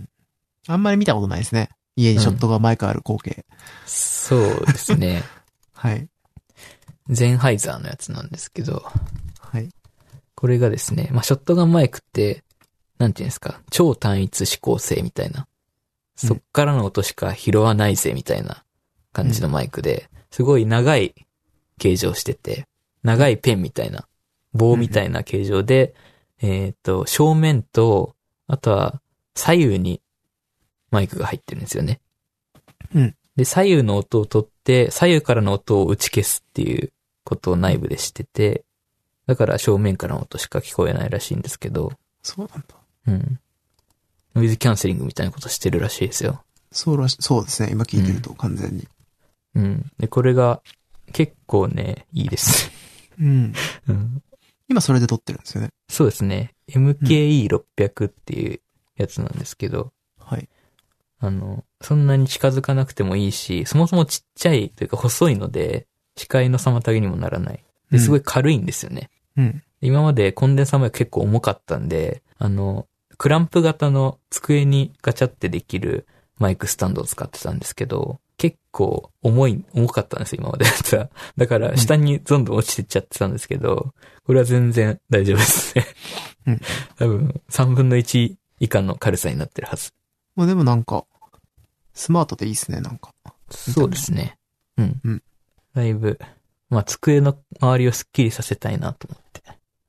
あんまり見たことないですね。家にショットガンマイクある光景。 うん、そうですね。 はい。 ゼンハイザーのやつなんですけど、 はい。 これがですね、まあ、ショットガンマイクって、なんていうんですか、超単一指向性みたいな。そっからの音しか拾わないぜみたいな感じのマイクで、すごい長い形状してて、長いペンみたいな、棒みたいな形状で、えっと、正面と、あとは左右にマイクが入ってるんですよね。 うん。 で、左右の音を取って、左右からの音を打ち消すっていうことを内部でしてて、だから正面からの音しか聞こえないらしいんですけど。 そうなんだ。 うん。ノイズキャンセリングみたいなことしてるらしいですよ。 そうらし、そうですね。今聞いてると完全に。 うん。うん、で、これが結構ね、いいです。 うん。 うん。 今それで撮ってるんですよね。 そうですね。エムケーイーろっぴゃく っていうやつなんですけど。 はい。 あの、そんなに近づかなくてもいいし、そもそもちっちゃいというか細いので、視界の妨げにもならない。で、すごい軽いんですよね。 うん。 今までコンデンサーマイク結構重かったんで、あの、クランプ型の机にガチャってできるマイクスタンドを使ってたんですけど、結構重い、重かったんですよ、今までやつは。だから下にどんどん落ちてっちゃってたんですけど、これは全然大丈夫ですね。 うん。 多分さんぶんのいち以下の軽さになってるはず。 まあでもなんか、スマートでいいですね、なんか。 そうですね。うん。 うん。 だいぶ、まあ机の周りをスッキリさせたいなと思って。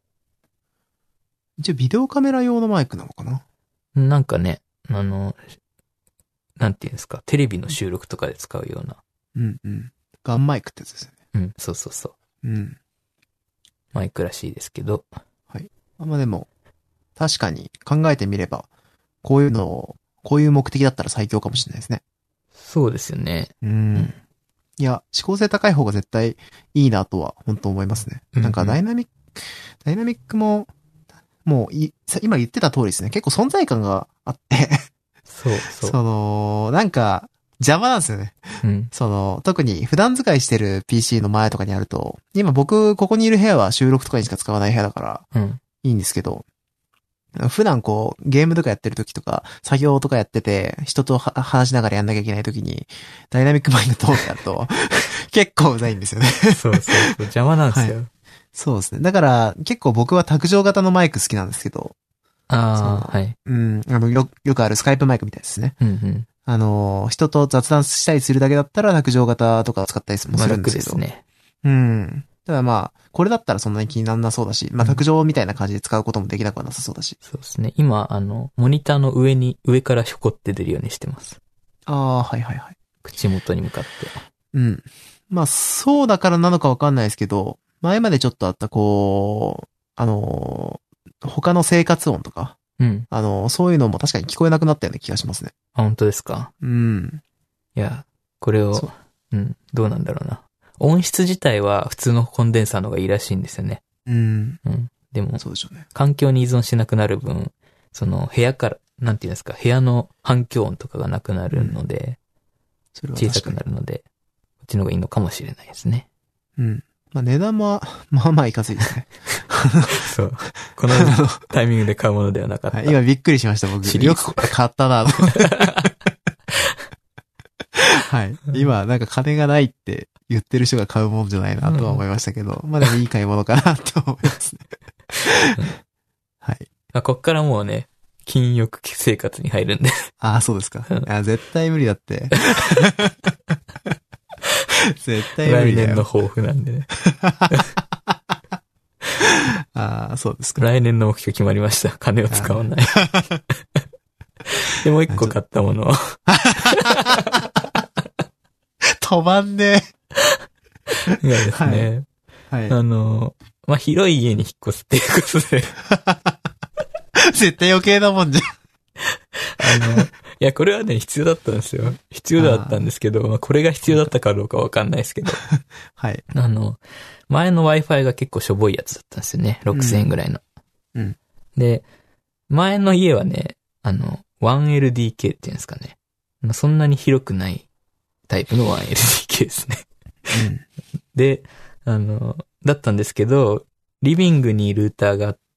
一応ビデオカメラ用のマイクなのかな？ なんかね、あの、なんていうんですか、テレビの収録とかで使うような。 うんうん。ガンマイクってやつですよね。 うん、そうそうそう。 うん。 マイクらしいですけど。 はい。まあでも、確かに考えてみれば、こういうのを、こういう目的だったら最強かもしれないですね。 そうですよね。 うん。うん、いや、指向性高い方が絶対いいなとは、本当思いますね。うんうん、なんかダイナミック、ダイナミックも、もうい、今言ってた通りですね。結構存在感があってそうそう。 その、なんか、邪魔なんですよね。 うん。 その、特に普段使いしてる ピーシー の前とかにあると、今僕、ここにいる部屋は収録とかにしか使わない部屋だから、 うん。 いいんですけど、普段こう、ゲームとかやってる時とか、作業とかやってて、人と話しながらやんなきゃいけない時に、ダイナミックマイク通ってやると、結構うざいんですよね。 そうそうそう。邪魔なんですよ。 はい、そうですね。だから、結構僕は卓上型のマイク好きなんですけど。 ああ、はい。 うん。あの、よ、よくあるスカイプマイクみたいですね。 うんうん。 あの、人と雑談したりするだけだったら卓上型とか使ったりもするんですけど。 まあ、楽ですね。 うん。ただまあ、これだったらそんなに気にならなそうだし、まあ卓上みたいな感じで使うこともできなくはなさそうだし。 そうですね。今、あの、モニターの上に、上からひょこって出るようにしてます。 ああ、はいはいはい。 口元に向かって。 うん。まあ、そうだからなのかわかんないですけど、前までちょっとあったこう、あの、他の生活音とか、 うん。 あの、そういうのも確かに聞こえなくなったような気がしますね。 あ、本当ですか？ うん。 いや、これを、うん、どうなんだろうな。音質自体は普通のコンデンサーの方がいいらしいんですよね。 うん。 うん。でも、 そうでしょうね。 環境に依存しなくなる分、その部屋から、なんていうんですか、部屋の反響音とかがなくなるので、 それは小さくなるので、こっちの方がいいのかもしれないですね。 うん。まあ値段も、まあまあいかついですね。 そう。このタイミングで買うものではなかった。 はい、今びっくりしました、僕。よく買ったなと。はい。今、なんか金がないって言ってる人が買うもんじゃないなとは思いましたけど、うん、まあでもいい買い物かなと思いますね。はい。 あ、こっからもうね、禁欲生活に入るんで。 ああ、そうですか。いや、絶対無理だって。絶対無理だよ。 来年の抱負なんでね。 ああ、そうですか。 来年の目標決まりました。金を使わない。で、もう一個買ったものを。 止まんねえ。いやですね。はい。はい、あの、まあ、広い家に引っ越すっていうことで。 絶対余計なもんじゃん。 あの、いや、これはね、必要だったんですよ。必要だったんですけど、まあ、これが必要だったかどうかわかんないですけど。 はい。 あの、前の Wi-Fi が結構しょぼいやつだったんですよね。ろくせんえんぐらいの。 うん。うん、 で、前の家はね、あの、ワンエルディーケー っていうんですかね。そんなに広くないタイプの ワンエルディーケー ですね。 うん。 で、 あの、だったんですけど、リビングにルーターがあって、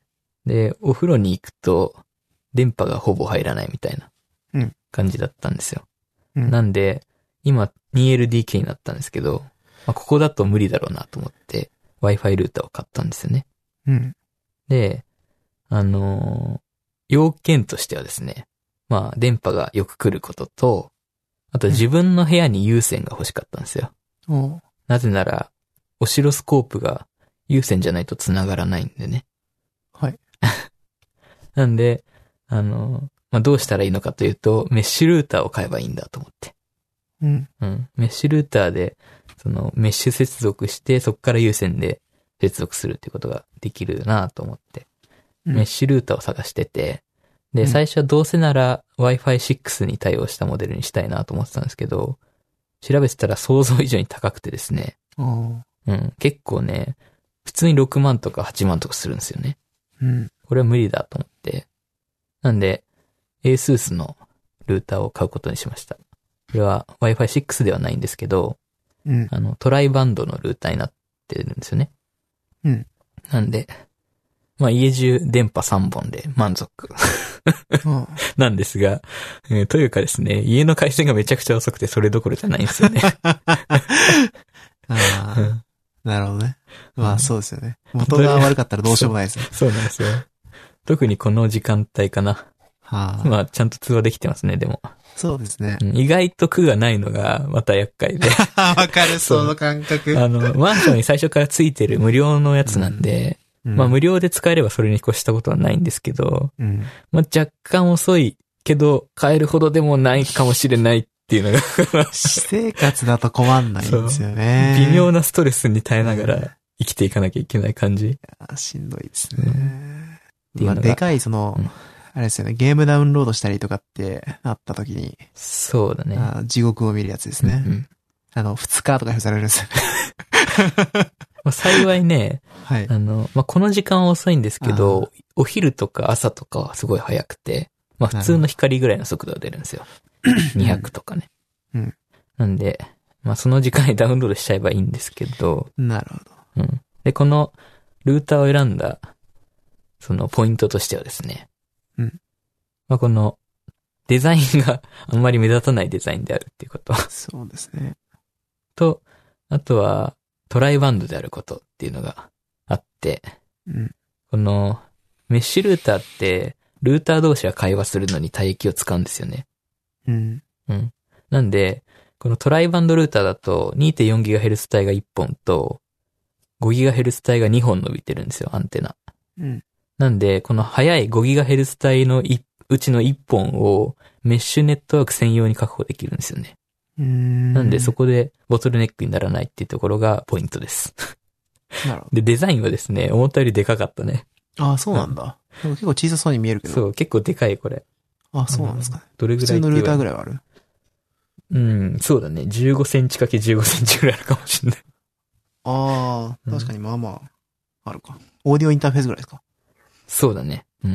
で、お風呂に行くと、電波がほぼ入らないみたいな感じだったんですよ。 うん、 なんで、今 にエルディーケー になったんですけど、まあ、ここだと無理だろうなと思って、Wi-Fi ルーターを買ったんですよね。 うん。 で、あのー、要件としてはですね、まあ、電波がよく来ることと、あと自分の部屋に有線が欲しかったんですよ。 うん、 なぜなら、オシロスコープが有線じゃないと繋がらないんでね。 はい。 なんで、あの、まあ、どうしたらいいのかというと、メッシュルーターを買えばいいんだと思って。 うん。 うん。メッシュルーターで、その、メッシュ接続して、そこから有線で接続するっていうことができるなと思って、 うん、 メッシュルーターを探してて、で、 うん、 最初はどうせなら ワイファイシックス に対応したモデルにしたいなと思ってたんですけど、調べてたら想像以上に高くてですね。うん。結構ね、普通にろくまんとかはちまんとかするんですよね。 うん。 これは無理だと思って。なんで、ASUS のルーターを買うことにしました。これは ワイファイシックス ではないんですけど、 うん、 あの、トライバンドのルーターになってるんですよね。 うん。 なんで、まあ家中電波さんぼんで満足なんですが、えー、というかですね、家の回線がめちゃくちゃ遅くてそれどころじゃないんですよね。 ああ、なるほどね。まあそうですよね。元が悪かったらどうしようもないですね。 そうなんですよ。特にこの時間帯かな。 はあ、 まあちゃんと通話できてますね、でも。 そうですね。 うん、意外と苦がないのがまた厄介で。 わかる、その感覚。 あの、マンションに最初からついてる無料のやつなんで、うん、まあ無料で使えればそれに越したことはないんですけど、うん、まあ若干遅いけど買えるほどでもないかもしれないっていうのが私生活だと困んないんですよね。 微妙なストレスに耐えながら生きていかなきゃいけない感じ。いやしんどいですね。うん、まあでかいその、うん、あれですよね、ゲームダウンロードしたりとかってなった時に。 そうだね。 あ地獄を見るやつですね。うんうん、あの、二日とか表されるんですよね。 まあ幸いね、 はい。 あの、まあ、この時間は遅いんですけど、お昼とか朝とかはすごい早くて、まあ、普通の光ぐらいの速度が出るんですよ。にひゃくとかね。 うん。 なんで、まあ、その時間にダウンロードしちゃえばいいんですけど。 なるほど。 うん。で、このルーターを選んだ、そのポイントとしてはですね。 うん。 まあ、この、デザインがあんまり目立たないデザインであるっていうこと。 そうですね。 と、あとは、トライバンドであることっていうのがあって、 うん、 このメッシュルーターって、ルーター同士が会話するのに帯域を使うんですよね。 うん。 うん。なんで、このトライバンドルーターだと にてんよんギガヘルツ 帯がいっぽんと ごギガヘルツ 帯がにほん伸びてるんですよ、アンテナ。 うん。 なんで、この速い ごギガヘルツ 帯のうちのいっぽんをメッシュネットワーク専用に確保できるんですよね。 うーんなんでそこでボトルネックにならないっていうところがポイントです。 なるほど。 で、デザインはですね、思ったよりでかかったね。 ああ、そうなんだ。でも結構小さそうに見えるけど。 そう、結構でかいこれ。 ああ、そうなんですかね。 どれぐらい普通のルーターぐらいはある？ うん、そうだね。じゅうごセンチかけじゅうごセンチぐらいあるかもしれない。 ああ、確かにまあまあ、あるか。オーディオインターフェースぐらいですか？ そうだね。うん。 うん。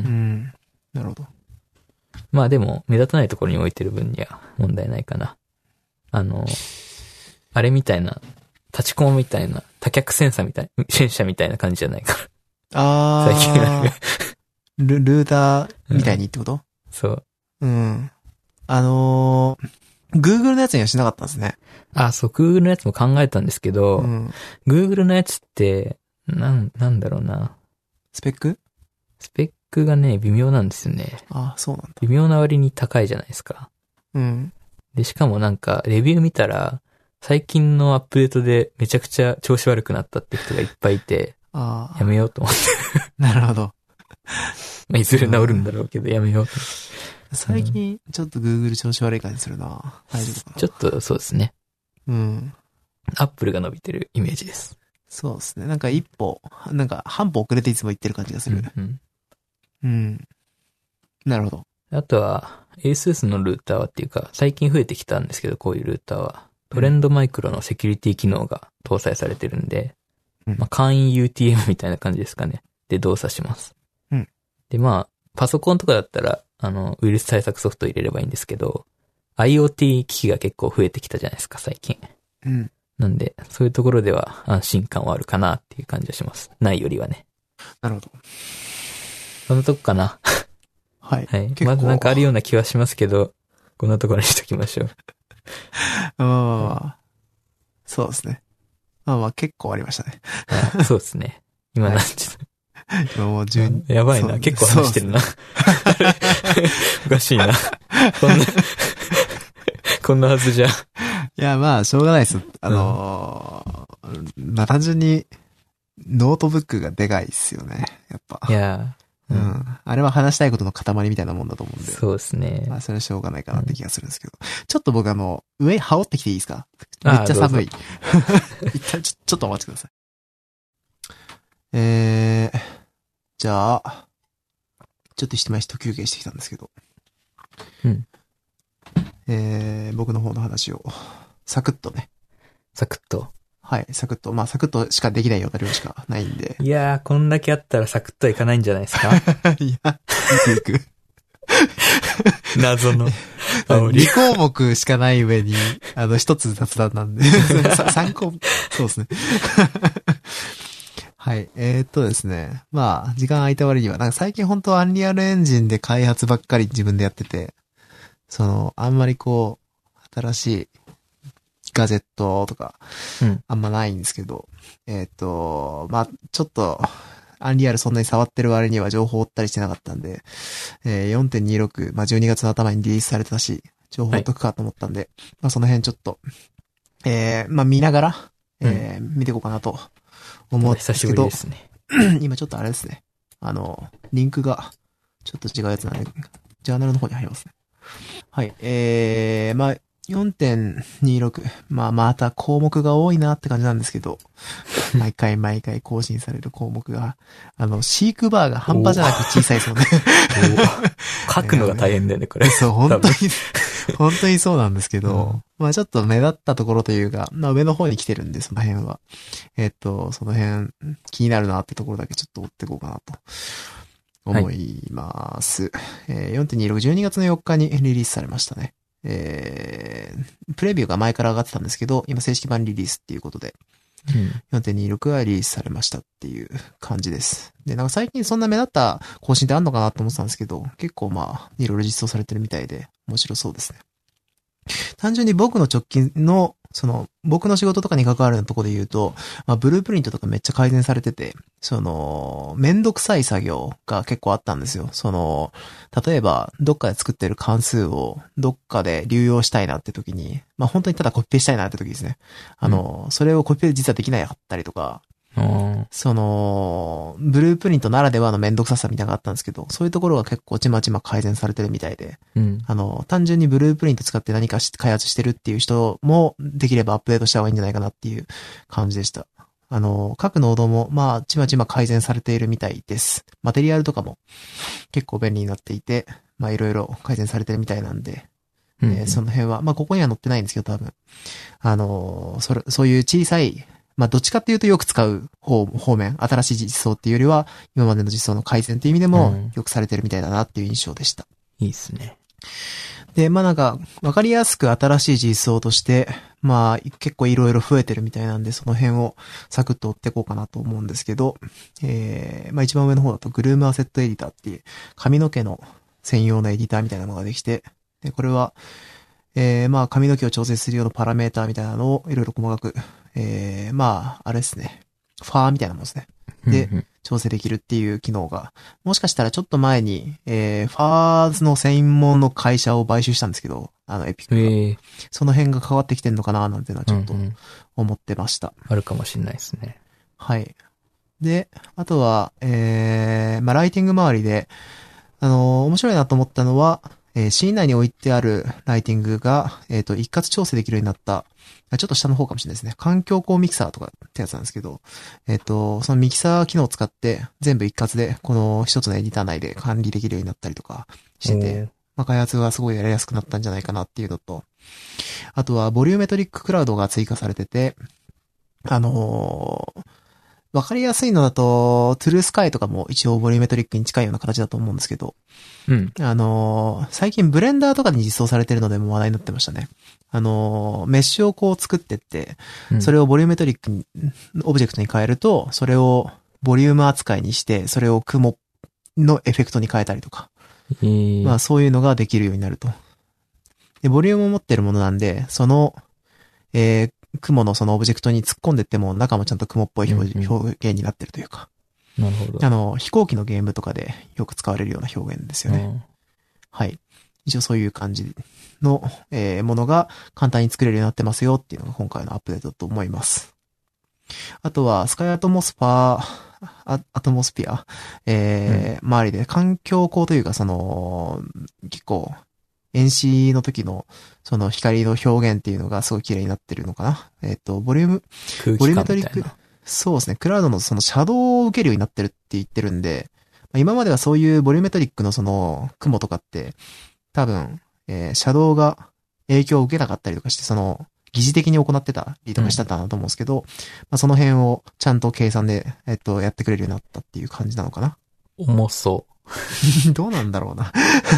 なるほど。 まあでも、目立たないところに置いてる分には問題ないかな。あの、あれみたいな、立ちコマみたいな、多脚センサーみたい、センサーみたいな感じじゃないから。 ああ。 最近なんかル、ルーターみたいにってこと、うん、 そう。 うん。あのー、Google のやつにはしなかったんですね。 あ、そう、Google のやつも考えたんですけど、うん、Google のやつって、なん、なんだろうな。 スペックスペックがね、微妙なんですよね。 あ、そうなんだ。 微妙な割に高いじゃないですか。 うん。 で、しかもなんか、レビュー見たら、最近のアップデートでめちゃくちゃ調子悪くなったって人がいっぱいいて、 あやめようと思って。 なるほど。 まあ、いずれ治るんだろうけど、やめようと。 最近、ちょっと Google 調子悪い感じするな。大丈夫かな。 ちょっと、そうですね。 うん。 Apple が伸びてるイメージです。 そうですね。なんか一歩、なんか半歩遅れていつも言ってる感じがする。 うん、うん。 うん。なるほど。 あとは、ASUS のルーターはっていうか、最近増えてきたんですけど、こういうルーターは。トレンドマイクロのセキュリティ機能が搭載されてるんで、うん、まあ、簡易 ユーティーエム みたいな感じですかね。で、動作します。 うん。 で、まあ、パソコンとかだったら、あの、ウイルス対策ソフト入れればいいんですけど、IoT 機器が結構増えてきたじゃないですか、最近。 うん。 なんで、そういうところでは安心感はあるかなっていう感じがします。ないよりはね。 なるほど。 そのとこかな。 はい。 はい。まずなんかあるような気はしますけど、こんなところにしときましょう。 まあまあまあ、そうですね。まあまあ結構ありましたね。 はい、そうですね。今何時だ、 今もうじゅうに。 やばいな。結構話してるな。おかしいな。こんな、こんなはずじゃ。 いや、まあ、しょうがないです。あのー、うん、まあ単純に、ノートブックがでかいっすよね。やっぱ。 いや、 うん、うん。あれは話したいことの塊みたいなもんだと思うんで。 そうですね。 まあ、それはしょうがないかなって気がするんですけど。うん、ちょっと僕あの、上羽織ってきていいですか？めっちゃ寒い。一旦ちょ、ちょっとお待ちください。えー、じゃあ、ちょっと一枚一休憩してきたんですけど。 うん。 えー、僕の方の話を、サクッとね。 サクッと。 はい、サクッと。まあ、サクッとしかできないような量しかないんで。 いやー、こんだけあったらサクッとはいかないんじゃないですか？ いや、いくいく。 謎の。 に項目しかない上に、あの、一つ雑談なんで。さん項目。そうですね。はい。えー、っとですね。まあ、時間空いた割には、なんか最近本当はアンリアルエンジンで開発ばっかり自分でやってて、その、あんまりこう、新しいガジェットとか、あんまないんですけど、うん、えー、っと、まあ、ちょっと、アンリアルそんなに触ってる割には情報を追ったりしてなかったんで、えー、よんてんにじゅうろく、まあ、じゅうにがつの頭にリリースされてたし、情報を追っとくかと思ったんで、はい、まあ、その辺ちょっと、えー、まあ、見ながら、えー、うん、見ていこうかなと思うんですけど、久しぶりですね。今ちょっとあれですね。あの、リンクが、ちょっと違うやつなんで、ジャーナルの方に入りますね。はい。えー、まあ、よんてんにじゅうろく。まあ、また項目が多いなって感じなんですけど、毎回毎回更新される項目が、あの、飼育バーが半端じゃなく小さいそうで。 書くのが大変だよね、これ。 そう、本当に、本当にそうなんですけど、うん、まあちょっと目立ったところというか、まあ上の方に来てるんで、その辺は。えっと、その辺、気になるなってところだけちょっと追っていこうかなと。思います。はい、えー、よんてんにじゅうろく、じゅうにがつのよっかにリリースされましたね。えー、プレビューが前から上がってたんですけど、今正式版リリースっていうことで、うん、よんてんにじゅうろく がリリースされましたっていう感じです。で、なんか最近そんな目立った更新ってあんのかなと思ってたんですけど、結構まあ、いろいろ実装されてるみたいで、面白そうですね。単純に僕の直近の、その、僕の仕事とかに関わるようなところで言うと、まあ、ブループリントとかめっちゃ改善されてて、その、めんどくさい作業が結構あったんですよ。その、例えば、どっかで作ってる関数を、どっかで流用したいなって時に、まあ、本当にただコピペしたいなって時ですね。あの、うん、それをコピペ実はできなかったりとか、その、ブループリントならではのめんどくささみたいなのがあったんですけど、そういうところが結構ちまちま改善されてるみたいで、うん、あの、単純にブループリント使って何か開発してるっていう人も、できればアップデートした方がいいんじゃないかなっていう感じでした。あの、各ノードも、まあ、ちまちま改善されているみたいです。マテリアルとかも結構便利になっていて、まあ、いろいろ改善されてるみたいなんで、うんうんえー、その辺は、まあ、ここには載ってないんですけど、多分。あの、それ、そういう小さい、まあ、どっちかっていうとよく使う方、方面、新しい実装っていうよりは、今までの実装の改善っていう意味でも、よくされてるみたいだなっていう印象でした。 うん、いいですね。 で、まあなんか、わかりやすく新しい実装として、まあ、結構いろいろ増えてるみたいなんで、その辺をサクッと追っていこうかなと思うんですけど、えー、まあ一番上の方だと、グルームアセットエディターっていう、髪の毛の専用のエディターみたいなものができて、で、これは、えー、まあ髪の毛を調整するようなパラメーターみたいなのをいろいろ細かく、えー、まあ、あれですね。ファーみたいなもんですね。で、調整できるっていう機能が、もしかしたらちょっと前に、えー、ファーの専門の会社を買収したんですけど、あのエピックが。えー、その辺が変わってきてんのかななんていうのはちょっと思ってました。 うんうん、あるかもしれないですね。 はい。で、あとは、えー、まあ、ライティング周りで、あのー、面白いなと思ったのは、えー、シーン内に置いてあるライティングが、えっと、一括調整できるようになった、ちょっと下の方かもしれないですね。環境光ミキサーとかってやつなんですけど、えっと、そのミキサー機能を使って全部一括でこの一つのエディター内で管理できるようになったりとかしてて、まあ、開発がすごいやりやすくなったんじゃないかなっていうのと、あとはボリューメトリッククラウドが追加されてて、あのー、 わかりやすいのだと、トゥルースカイとかも一応ボリュメトリックに近いような形だと思うんですけど、 うん。 あのー、最近ブレンダーとかで実装されてるのでも話題になってましたね。あのー、メッシュをこう作ってって、それをボリュメトリックに、オブジェクトに変えると、それをボリューム扱いにして、それを雲のエフェクトに変えたりとか、 えー、 まあそういうのができるようになると。で、ボリュームを持ってるものなんで、その、えー、雲のそのオブジェクトに突っ込んでっても中もちゃんと雲っぽい表,、うんうん、表現になってるというか。 なるほど。 あの、飛行機のゲームとかでよく使われるような表現ですよね。うん、はい。一応そういう感じの、えー、ものが簡単に作れるようになってますよっていうのが今回のアップデートだと思います。あとは、スカイアトモスパー、アトモスピア、えー、うん、周りで環境光というかその、結構、遠視の時の、その光の表現っていうのがすごい綺麗になってるのかな。えっと、ボリューム、 空気感みたいな。ボリュメトリック、 そうですね。クラウドのそのシャドウを受けるようになってるって言ってるんで、今まではそういうボリュメトリックのその雲とかって、多分、えー、シャドウが影響を受けなかったりとかして、その、疑似的に行ってたりとかしたんだなと思うんですけど、うん、まあ、その辺をちゃんと計算で、えっと、やってくれるようになったっていう感じなのかな。 重そう。 どうなんだろうな。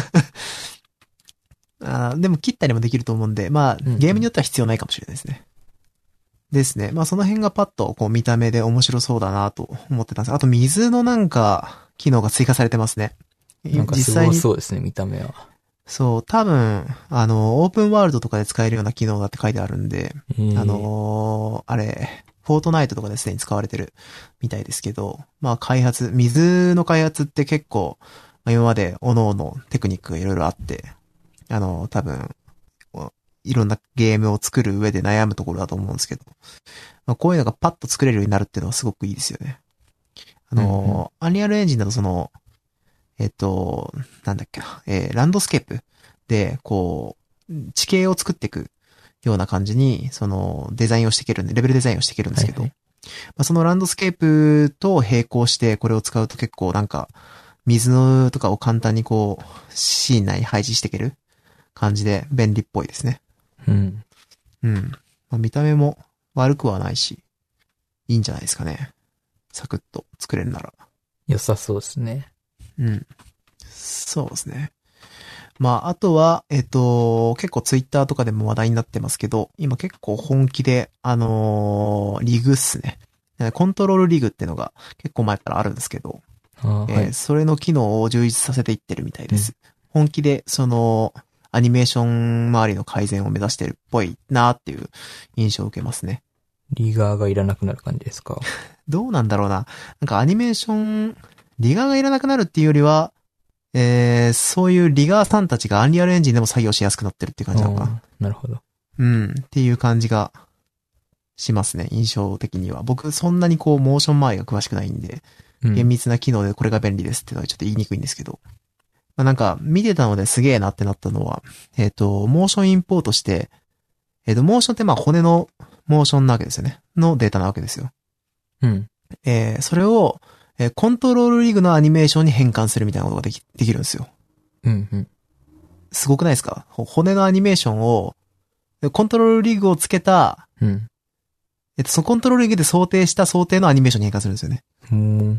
あでも切ったりもできると思うんで、まあ、ゲームによっては必要ないかもしれないですね。うんうん、ですね。まあその辺がパッとこう見た目で面白そうだなと思ってたんです。あと水のなんか機能が追加されてますね。 なんかすごそうですね、見た目は。 そう、多分、あの、オープンワールドとかで使えるような機能だって書いてあるんで、あのー、あれ、フォートナイトとかですでに使われてるみたいですけど、まあ開発、水の開発って結構、まあ、今まで各々テクニックがいろいろあって、あの、多分、いろんなゲームを作る上で悩むところだと思うんですけど、まあ、こういうのがパッと作れるようになるっていうのはすごくいいですよね。あの、アンリアルエンジンだとその、えっと、なんだっけな、えー、ランドスケープで、こう、地形を作っていくような感じに、その、デザインをしていけるんで、レベルデザインをしていけるんですけど、はいはい、まあ、そのランドスケープと並行してこれを使うと結構なんか、水のとかを簡単にこう、シーン内に配置していける感じで便利っぽいですね。 うん。 うん。まあ、見た目も悪くはないし、いいんじゃないですかね。サクッと作れるなら。 良さそうですね。 うん。そうですね。まあ、あとは、えっと、結構ツイッターとかでも話題になってますけど、今結構本気で、あのー、リグっすね。コントロールリグっていうのが結構前からあるんですけど、 あー、 えーはい、それの機能を充実させていってるみたいです。うん、本気で、その、アニメーション周りの改善を目指してるっぽいなっていう印象を受けますね。 リガーがいらなくなる感じですか？ どうなんだろうな。なんかアニメーション、リガーがいらなくなるっていうよりは、えー、そういうリガーさんたちがアンリアルエンジンでも作業しやすくなってるっていう感じなのかな。 なるほど。 うん。っていう感じがしますね。印象的には。僕そんなにこうモーション周りが詳しくないんで、うん、厳密な機能でこれが便利ですっていうのはちょっと言いにくいんですけど。まあ、なんか見てたのですげえなってなったのは、えっと、モーションインポートして、えっと、モーションってまあ骨のモーションなわけですよね。のデータなわけですよ。 うん。 えー、それを、えー、コントロールリグのアニメーションに変換するみたいなことができ、できるんですよ。 うんうん。 すごくないですか？骨のアニメーションを、コントロールリグをつけた、 うん。 えっと、そのコントロールリグで想定した想定のアニメーションに変換するんですよね。 うん。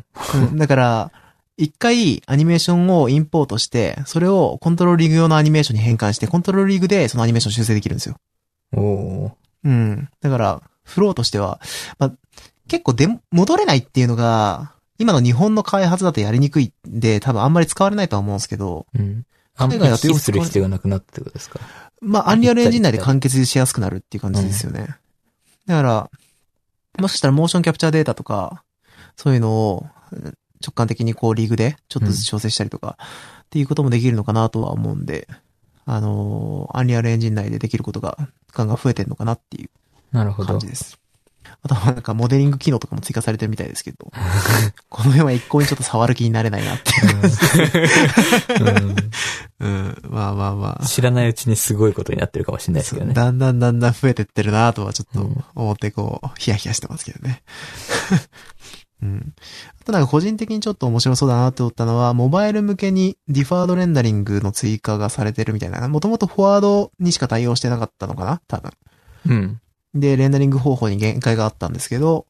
うん、だから、一回アニメーションをインポートして、それをコントロールリグ用のアニメーションに変換して、コントロールリグでそのアニメーション修正できるんですよ。 おー。 うん。だから、フローとしては、まあ、結構で、戻れないっていうのが、今の日本の開発だとやりにくいんで、多分あんまり使われないとは思うんですけど、 うん。海外だとよくする必要がなくなったってことですか？ まあ、アンリアルエンジン内で完結しやすくなるっていう感じですよね。うん、だから、もしかしたらモーションキャプチャーデータとか、そういうのを直感的にこうリグでちょっとずつ調整したりとか、っていうこともできるのかなとは思うんで、あのー、アンリアルエンジン内でできることが、ガンガン増えてるのかなっていう感じです。あとはなんかモデリング機能とかも追加されてるみたいですけど、この辺は一向にちょっと触る気になれないなっていう、うん。うん。まあまあまあ。 知らないうちにすごいことになってるかもしれないですけどね。 だんだんだんだん増えてってるなとはちょっと思ってこう、ヒヤヒヤしてますけどね。うん。あとなんか個人的にちょっと面白そうだなって思ったのは、モバイル向けにディファードレンダリングの追加がされてるみたいな。もともとフォワードにしか対応してなかったのかな多分。 うん。 で、レンダリング方法に限界があったんですけど、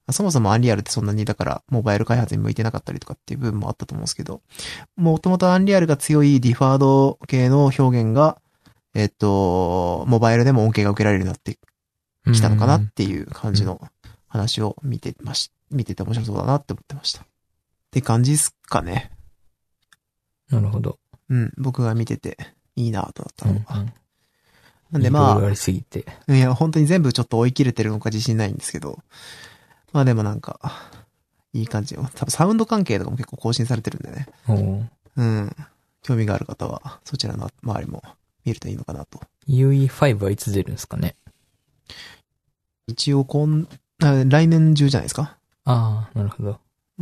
そもそもアンリアルってそんなにだからモバイル開発に向いてなかったりとかっていう部分もあったと思うんですけど、もともとアンリアルが強いディファード系の表現が、えっと、モバイルでも恩恵が受けられるようになってきたのかなっていう感じの話を見てまし、見てて面白そうだなって思ってました。って感じですかね。 なるほど。 うん、僕が見てていいなと思ったのが。 うんうん、 なんでまあ、 いろいろありすぎて。 いや、本当に全部ちょっと追い切れてるのか自信ないんですけど、まあでもなんか、いい感じよ。多分サウンド関係とかも結構更新されてるんでね。 おうん。興味がある方は、そちらの周りも見るといいのかなと。 ユーイーファイブ はいつ出るんですかね。 一応こん、来年中じゃないですか。 ああ、なるほど。 うん。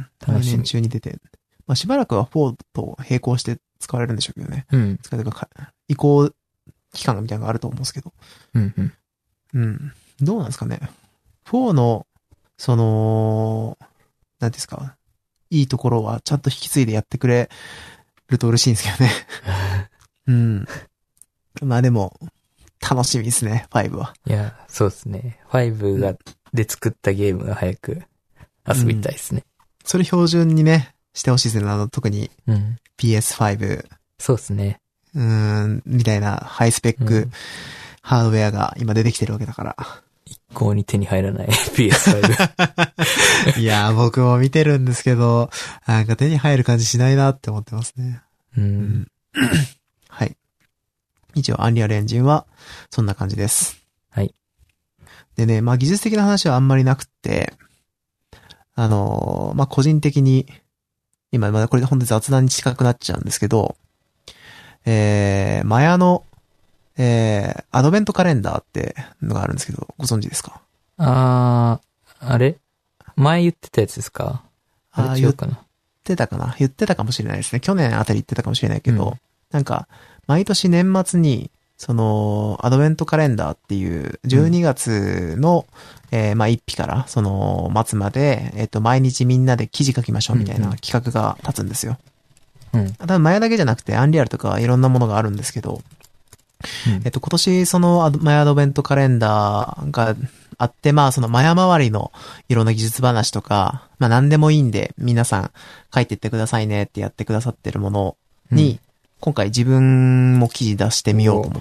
来年中に出て。まあしばらくはフォーと並行して使われるんでしょうけどね。 うん。 使うか、移行期間みたいなのがあると思うんですけど。 うんうん。 うん。どうなんですかね。フォーの、その、なんですか。いいところはちゃんと引き継いでやってくれると嬉しいんですけどね。うん。まあでも、楽しみですね、ファイブは。 いや、そうですね。ファイブが、で作ったゲームが早く遊びたいですね。うん、 それ標準にね、してほしいですね。あの、特に、ピーエスファイブ。うん、 そうですね。 うーん、みたいなハイスペック、うん、ハードウェアが今出てきてるわけだから。 一向に手に入らない ピーエスファイブ。 いやー、僕も見てるんですけど、なんか手に入る感じしないなって思ってますね。 うん。うん、 はい。一応、アンリアルエンジンは、そんな感じです。 はい。 でね、まあ技術的な話はあんまりなくって、あのー、まあ個人的に、今、まだこれで本当に雑談に近くなっちゃうんですけど、えー、マヤの、えー、アドベントカレンダーってのがあるんですけど、ご存知ですか？ あー、あれ前言ってたやつですか？あれ違うかな？ 言ってたかな？言ってたかもしれないですね。去年あたり言ってたかもしれないけど、うん、なんか、毎年年末に、その、アドベントカレンダーっていう、じゅうにがつの、うん、えー、まあ、いっぴから、その、末まで、えっと、毎日みんなで記事書きましょうみたいな企画が立つんですよ。 うん。 多分、マヤだけじゃなくて、アンリアルとかいろんなものがあるんですけど、うん、えっと、今年、その、マヤアドベントカレンダーがあって、まあ、その、マヤ周りのいろんな技術話とか、まあ、何でもいいんで、皆さん書いてってくださいねってやってくださってるものに、うん今回自分も記事出してみようと思って、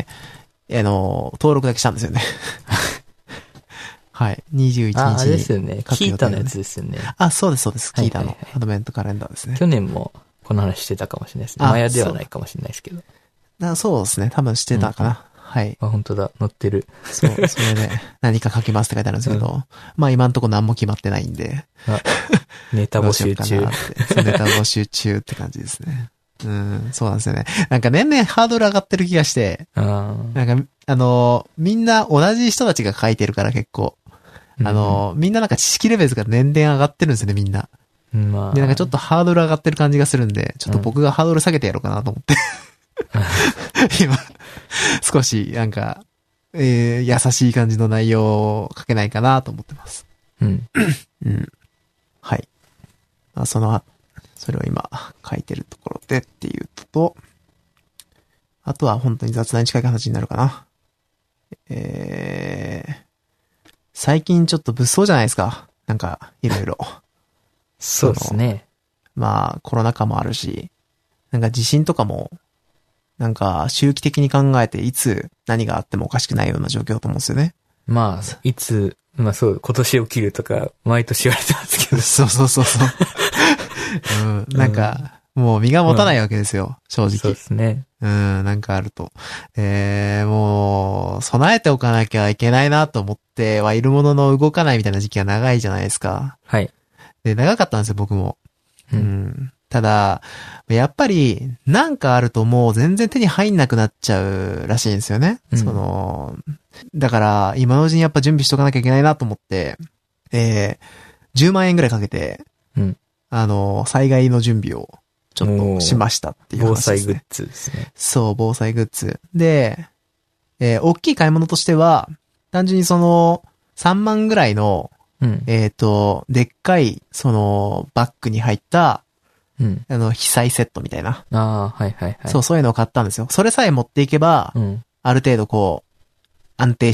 あの、登録だけしたんですよね。はい。にじゅういちにちに。 あ、あれですよね。キータのやつですよね。 あ、そうです、そうです。キータのアドベントカレンダーですね。 去年もこの話してたかもしれないですね。マヤではないかもしれないですけど。 あそうですね。多分してたかな。うん、はい。 あ、本当だ。載ってる。 そう、それで何か書きますって書いてあるんですけど、うん、まあ今んとこ何も決まってないんで。 ネタ募集中。 ネタ募集中って感じですね。うん、そうなんですよね。なんか年々ハードル上がってる気がして、 あなんか、あの、みんな同じ人たちが書いてるから結構、あの、うん、みんななんか知識レベルが年々上がってるんですよね、みんな。 まあ、 で、なんかちょっとハードル上がってる感じがするんで、ちょっと僕がハードル下げてやろうかなと思って。うん、今、少し、なんか、えー、優しい感じの内容を書けないかなと思ってます。 うん。 うん。はい。まあ、その、それを今書いてるところでっていうと、あとは本当に雑談に近い形になるかな。えー、最近ちょっと物騒じゃないですか。なんか、いろいろ。 そうですね。 まあ、コロナ禍もあるし、なんか地震とかも、なんか周期的に考えていつ何があってもおかしくないような状況だと思うんですよね。 まあ、いつ、まあそう、今年起きるとか、毎年言われてますけど。 そうそうそうそう。うん、なんか、もう身が持たないわけですよ、うん、正直。 そうですね。 うん、なんかあると。えー、もう、備えておかなきゃいけないなと思ってはいるものの動かないみたいな時期が長いじゃないですか。 はい。 で、長かったんですよ、僕も。うん。うん、ただ、やっぱり、なんかあるともう全然手に入んなくなっちゃうらしいんですよね。うん、その、だから、今のうちにやっぱ準備しとかなきゃいけないなと思って、えー、じゅうまんえんぐらいかけて、 うん、 あの、災害の準備をちょっとしましたっていう話ですね。 防災グッズですね。 そう、防災グッズ。で、えー、大きい買い物としては、単純にその、さんまんぐらいの、 うん、 えっと、でっかい、その、バッグに入った、 うん、 あの、被災セットみたいな。 ああ、はいはいはい。 そう、そういうのを買ったんですよ。それさえ持っていけば、 うん、 ある程度こう、安定した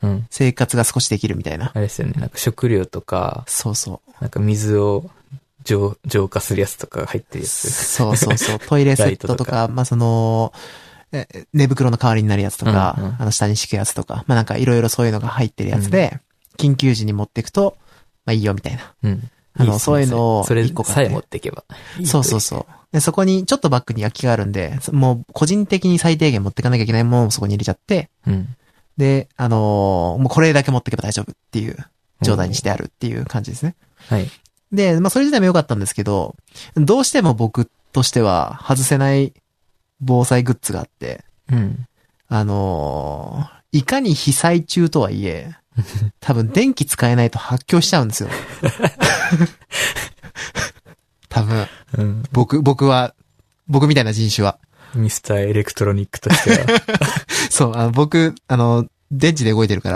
うん。 生活が少しできるみたいな。 あれですよね。なんか食料とか、 そうそう。 なんか水を浄、浄化するやつとか入ってるやつ。 そうそうそう。トイレセットとか、まあ、その、寝袋の代わりになるやつとか、うんうん、あの下に敷くやつとか、まあ、なんかいろいろそういうのが入ってるやつで、うん、緊急時に持っていくと、まあいいよみたいな。 うん。 あの、いいそういうのを一個買って。 それさえ持っていけばいい。 そうそうそう。で、そこにちょっとバッグに空きがあるんで、もう個人的に最低限持っていかなきゃいけないものをそこに入れちゃって、 うん、 で、あのー、もうこれだけ持っていけば大丈夫っていう状態にしてあるっていう感じですね。 はい。 で、まあそれ自体も良かったんですけど、どうしても僕としては外せない防災グッズがあって、 うん、 あのー、いかに被災中とはいえ、多分電気使えないと発狂しちゃうんですよ。多分、うん、僕、僕は、僕みたいな人種は。 ミスターエレクトロニックとしては。 そう、あの、僕、あの、電池で動いてるから、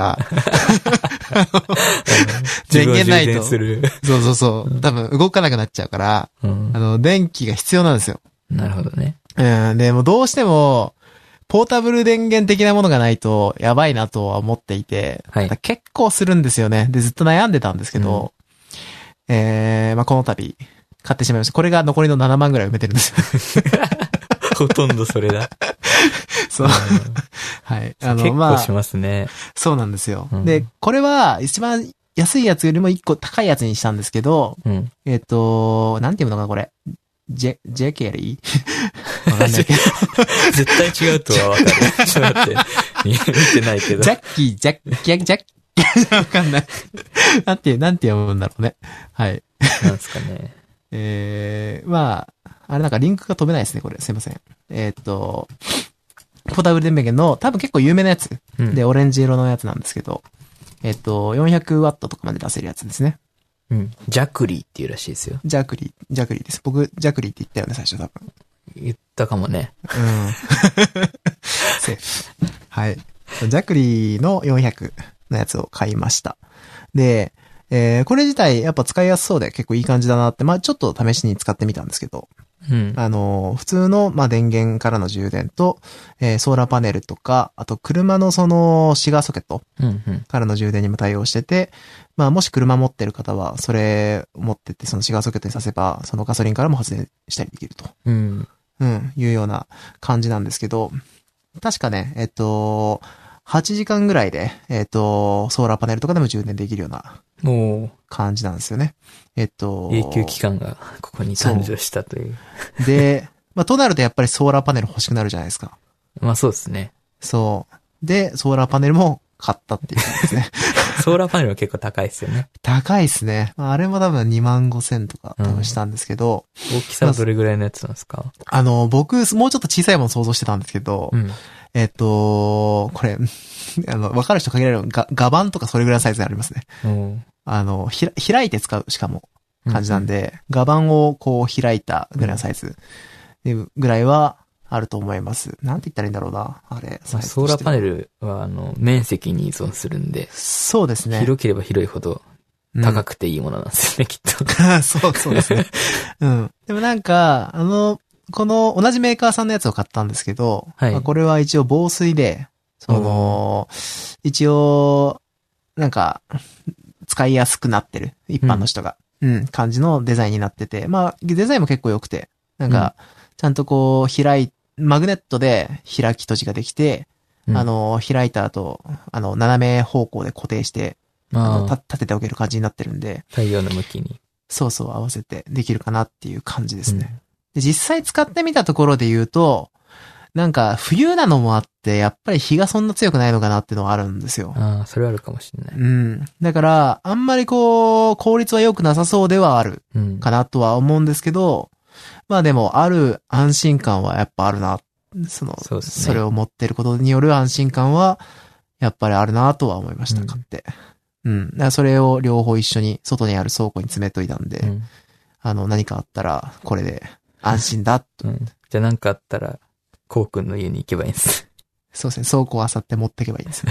電源ないと。そうそうそう。多分動かなくなっちゃうから、うん、あの、電気が必要なんですよ。 なるほどね。 うん、で、もうどうしても、ポータブル電源的なものがないとやばいなとは思っていて、 はい、 結構するんですよね。で、ずっと悩んでたんですけど、うん、えー、まあ、この度、買ってしまいました。これが残りのななまんぐらい埋めてるんですよ。 ほとんどそれだ。 そう。はい。 あの、結構しますね。 まあ、そうなんですよ。うん、で、これは一番安いやつよりも一個高いやつにしたんですけど、 うん、 えっと、なんていうのかな、これ。ジェ、ジェケリーわかんないけど。 絶対違うとはわかる。ちょっと待って。見てないけど。 ジャッキー、ジャッキー、ジャッキー、わかんない。なんて、なんて読むんだろうね。はい。 なんですかね。 えー、まあ、あれなんかリンクが飛べないですね、これ。すいません。えー、っと、ポータブル電源の多分結構有名なやつ、うん、で、オレンジ色のやつなんですけど、えー、っと、よんひゃくワットとかまで出せるやつですね。 うん。ジャクリーっていうらしいですよ。 ジャクリー、ジャクリーです。僕、ジャクリーって言ったよね、最初多分。 言ったかもね。 うん。セーフ。はい。ジャクリーのよんひゃくのやつを買いました。で、えー、これ自体やっぱ使いやすそうで結構いい感じだなって、まあちょっと試しに使ってみたんですけど、 うん、 あの、普通の、まあ電源からの充電と、えー、ソーラーパネルとか、あと車のそのシガーソケットからの充電にも対応してて、まあもし車持ってる方は、それ持ってってそのシガーソケットにさせば、そのガソリンからも発電したりできると。 うん。 うん、いうような感じなんですけど、確かね、えっと、はちじかんぐらいで、えっと、ソーラーパネルとかでも充電できるような感じなんですよね。えっと、 永久期間がここに誕生したという。 で、まあ、となるとやっぱりソーラーパネル欲しくなるじゃないですか。 まあそうですね。 そう。で、ソーラーパネルも買ったっていう感じですね。 ソーラーパネルは結構高いですよね。 高いですね。あれも多分にまんごせんとか多分したんですけど、 うん。大きさはどれぐらいのやつなんですか？ あの、僕、もうちょっと小さいもの想像してたんですけど、 うん、 えっと、これ、あの、わかる人限られるが、画板とかそれぐらいのサイズがありますね。 うん、 あの、ひら、開いて使う、しかも、感じなんで、うんうん、画板をこう開いたぐらいのサイズ、ぐらいはあると思います。なんて言ったらいいんだろうな、あれ。 まあ、ソーラーパネルは、あの、面積に依存するんで。 そうですね。 広ければ広いほど、高くていいものなんですよね、うん、きっと。そう、そうですね。うん。でもなんか、あの、この同じメーカーさんのやつを買ったんですけど、 はい、 まあ、これは一応防水で、その、一応、なんか、使いやすくなってる。一般の人が。うん、うん、感じのデザインになってて、まあ、デザインも結構良くて、なんか、ちゃんとこう、開い、マグネットで開き閉じができて、うん、あの、開いた後、あの、斜め方向で固定して、あの、立てておける感じになってるんで。 太陽の向きに。 そうそう、合わせてできるかなっていう感じですね。うんで実際使ってみたところで言うと、なんか冬なのもあって、やっぱり日がそんな強くないのかなっていうのはあるんですよ。 ああ、それはあるかもしれない。 うん。だから、あんまりこう、効率は良くなさそうではあるかなとは思うんですけど、うん、まあでも、ある安心感はやっぱあるな。その、 そうですね、 それを持ってることによる安心感は、やっぱりあるなとは思いました、買って。うん。だからそれを両方一緒に外にある倉庫に詰めといたんで、うん、あの、何かあったら、これで、安心だと、うん。 じゃあ何かあったら、こうくんの家に行けばいいんです。 そうですね。倉庫を漁って持っていけばいいんですね。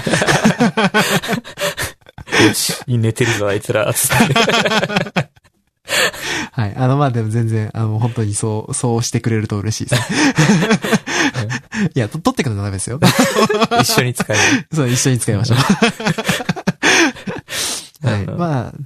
よし、寝てるぞ、あいつら。 はい。あの、まあ、でも全然、あの、本当にそう、そうしてくれると嬉しいです。いや、と、取ってくのダメですよ。 一緒に使える。 そう、一緒に使いましょう。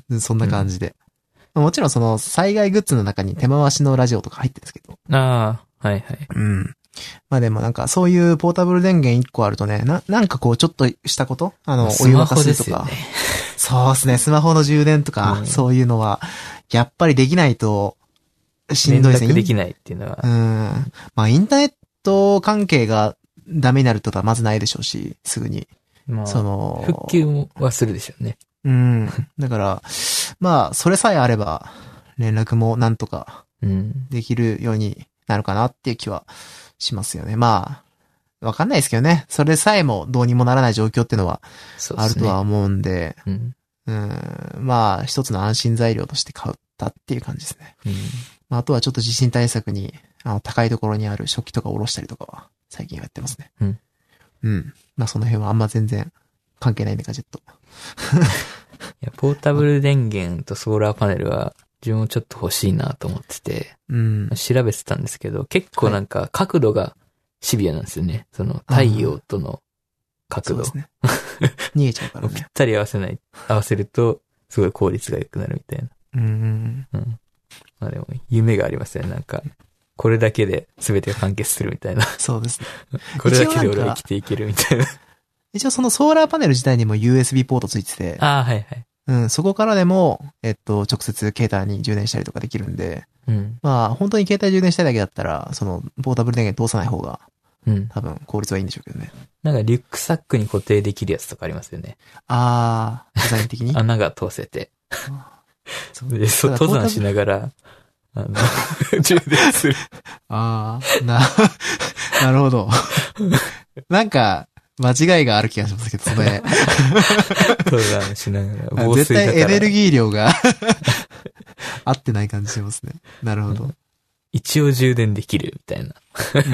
そんな感じで。うん、もちろんその災害グッズの中に手回しのラジオとか入ってるんですけど。 ああ、はいはい。 うん。まあでもなんかそういうポータブル電源いっこあるとね、な、なんかこうちょっとしたことあの、お湯沸かすとか。ね、そうですね、スマホの充電とか、うん、そういうのは、やっぱりできないと、しんどいですね。 連絡できないっていうのは。 うん。まあインターネット関係がダメになるってことはまずないでしょうし、すぐに。 まあ、 その、 復旧はするでしょうね。 うん。だから、まあ、それさえあれば、連絡もなんとか、できるようになるかなっていう気はしますよね。まあ、わかんないですけどね。それさえもどうにもならない状況っていうのは、あるとは思うんで、うで、ね、うん、うん。まあ、一つの安心材料として買ったっていう感じですね。うん、まあ、あとはちょっと地震対策に、あの、高いところにある食器とか下ろしたりとかは、最近やってますね。うん。うん。まあ、その辺はあんま全然関係ないね、ガジェット。 いや、ポータブル電源とソーラーパネルは自分もちょっと欲しいなと思ってて、うん、調べてたんですけど、結構なんか角度がシビアなんですよね。その太陽との角度。そうですね。 逃げちゃうからね。 ぴったり合わせない、合わせるとすごい効率が良くなるみたいな。うん、うん。まあでも夢がありますよね。なんか、これだけで全てが完結するみたいな。 そうですね。 これだけで俺は生きていけるみたいな。 一応そのソーラーパネル自体にも ユーエスビー ポートついてて。 ああ、はいはい。 うん、そこからでも、えっと、直接携帯に充電したりとかできるんで。うん。まあ、本当に携帯充電したいだけだったら、その、ポータブル電源通さない方が、うん。多分、効率はいいんでしょうけどね。 なんか、リュックサックに固定できるやつとかありますよね。 ああ、デザイン的に穴が通せて。そうで、そ、登山しながら、あの、充電する。 ああ、な、なるほど。なんか、間違いがある気がしますけど、それ。 登山しながら。 絶対エネルギー量が合ってない感じしますね。なるほど。 一応充電できるみたいな。うん。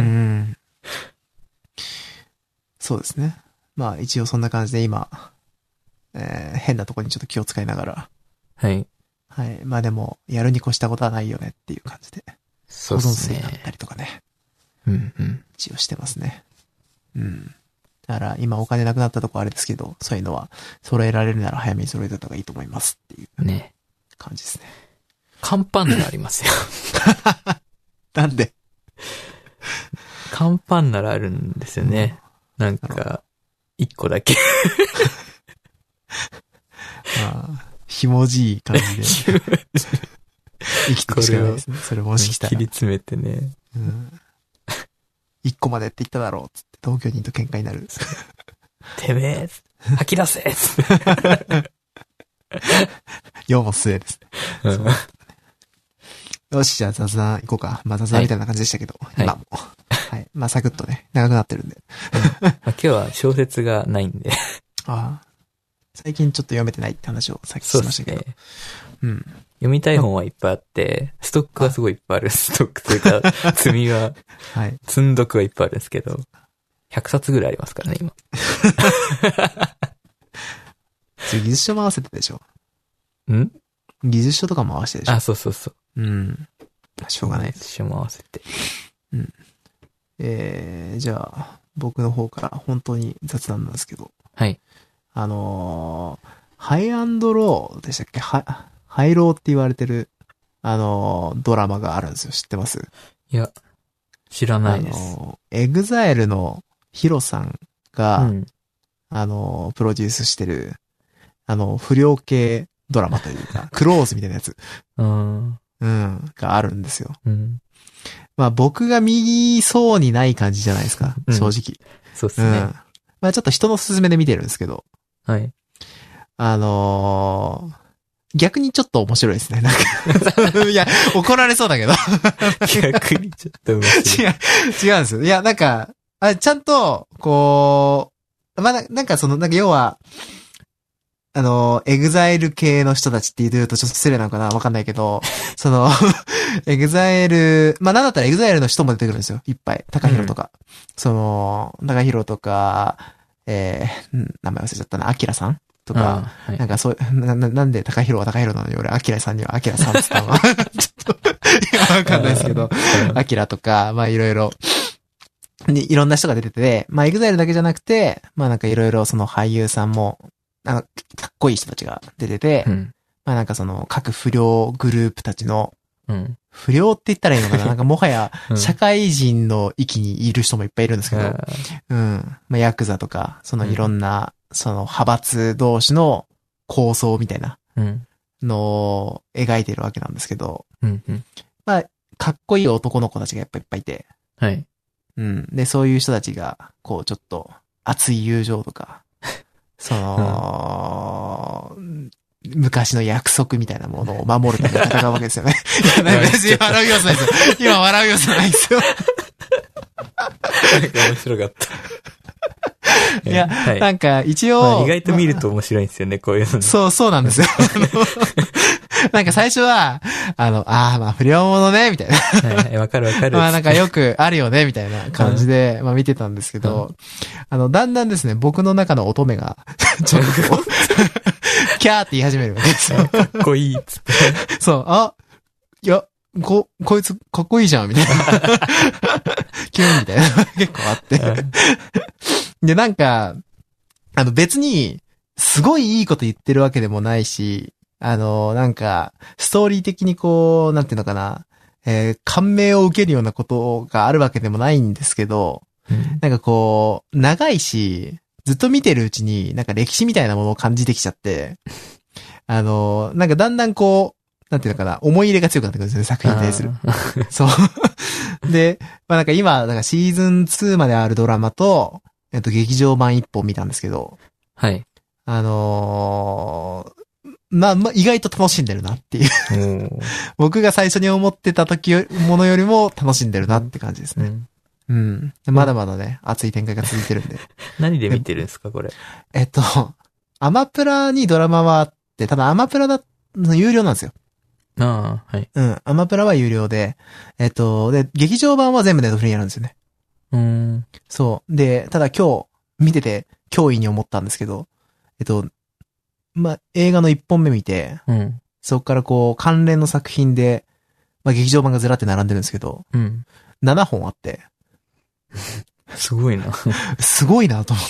そうですね。まあ一応そんな感じで今、えー、変なとこにちょっと気を使いながら。 はい。 はい。まあでも、やるに越したことはないよねっていう感じで。 そうですね。 保存性だったりとかね。 うんうん。 一応してますね。うん。だから今お金なくなったとこあれですけど、そういうのは揃えられるなら早めに揃えた方がいいと思いますっていうね感じですね。 乾パンナラありますよ。 なんで乾パンナラあるんですよね。うん、なんか、一個だけ。 まあ、ひもじい感じで。生きていくしかないですね。それもしきたら。 切り詰めてね。 うん一個までって言っただろうつって同居人と喧嘩になる。 てめえ吐き出せようも末ですね。うん、よし、じゃあ雑談行こうか。まあ雑談みたいな感じでしたけど、はい、今も。はい。まあサクッとね、長くなってるんで。 うんまあ、今日は小説がないんで。 ああ。最近ちょっと読めてないって話をさっきしましたけど。そうですね。うん。 読みたい本はいっぱいあって、ストックはすごいいっぱいある。ストックというか、積みは、はい。積んどくはいっぱいあるんですけど、ひゃくさつぐらいありますからね、今。 技術書も合わせてでしょ。 ん技術書とかも合わせてでしょ。 あ、そうそうそう。 うん。しょうがない。 技術書も合わせて。 うん。えー、じゃあ、僕の方から本当に雑談なんですけど。 はい。 あのー、ハイアンドローでしたっけは、ハイローって言われてる、あのー、ドラマがあるんですよ。知ってます？ いや、知らないです。 あのー、エグザイルのヒロさんが、うん、あのー、プロデュースしてる、あの、不良系ドラマというか、クローズみたいなやつ。うん。うん。があるんですよ。うん。まあ僕が見そうにない感じじゃないですか。正直。うん、 そうですね。うん。 まあちょっと人の勧めで見てるんですけど。 はい。 あのー、逆にちょっと面白いですね。なんかいや、怒られそうだけど逆にちょっと面白い。 違う、違うんですよ。いや、なんか、あちゃんと、こう、まあ、なんかその、なんか要は、あの、エグザイル系の人たちって言うとちょっと失礼なのかなわかんないけど、その、エグザイル、まあ、なんだったらエグザイルの人も出てくるんですよ。いっぱい。高弘とか。うん、その、高弘とか、えー、名前忘れちゃったな、アキラさんとか、はい、なんかそう、な、なんで高弘は高弘なのに俺、アキラさんにはアキラさんって言ったのは、ちょっと、いや、わかんないですけど、アキラとか、まあいろいろ、に、いろんな人が出てて、まあエグザイルだけじゃなくて、まあなんかいろいろその俳優さんも、あの、かっこいい人たちが出てて、うん、 まあなんかその各不良グループたちの、 うん。 不良って言ったらいいのかななんかもはや社会人の域にいる人もいっぱいいるんですけど、うん。まあヤクザとか、そのいろんな、その派閥同士の構想みたいなのを描いてるわけなんですけど、 うんうん、 まあ、かっこいい男の子たちがやっぱいっぱいいて、 はい。 うん。で、そういう人たちが、こうちょっと熱い友情とか、その、うん昔の約束みたいなものを守るために戦うわけですよね。いや、別に笑う要素ないですよ。今笑う要素ないですよ。 なんか面白かった。 いや、はい、なんか一応、 まあ、意外と見ると面白いんですよね、こういうの。 そう、そうなんですよ。なんか最初は、あの、ああ、まあ不良者ね、みたいな。 はい、わかるわかる。 まあなんかよくあるよね、みたいな感じで、うん、まあ見てたんですけど、うん、あの、だんだんですね、僕の中の乙女が、ちょっと、キャーって言い始めるわけですよ。 かっこいいっつって。 そう、あ、いや、こ、こいつかっこいいじゃん、みたいな。キュンみたいな結構あって。で、なんか、あの別に、すごいいいこと言ってるわけでもないし、あの、なんか、ストーリー的にこう、なんていうのかな、えー、感銘を受けるようなことがあるわけでもないんですけど、うん、なんかこう、長いし、ずっと見てるうちに、なんか歴史みたいなものを感じてきちゃって、あの、なんかだんだんこう、なんていうのかな、思い入れが強くなってくるんですよね、作品に対する。そう。で、まあなんか今、なんかシーズンツーまであるドラマと、えっと、劇場版一本見たんですけど、 はい。 あのー、まあ、まあ、意外と楽しんでるなっていう僕が最初に思ってた時ものよりも楽しんでるなって感じですね。うん。うん、まだまだね、熱い展開が続いてるんで。 何で見てるんですか、これ。 えっと、アマプラにドラマはあって、ただアマプラだ、有料なんですよ。 ああ、はい。 うん。アマプラは有料で、えっと、で、劇場版は全部ネットフリーなんですよね。 うん。 そう。で、ただ今日、見てて、脅威に思ったんですけど、えっと、まあ、映画の一本目見て、 うん、 そこからこう、関連の作品で、まあ、劇場版がずらって並んでるんですけど、 うん、 ななほんあって。 すごいな。 すごいなと思って。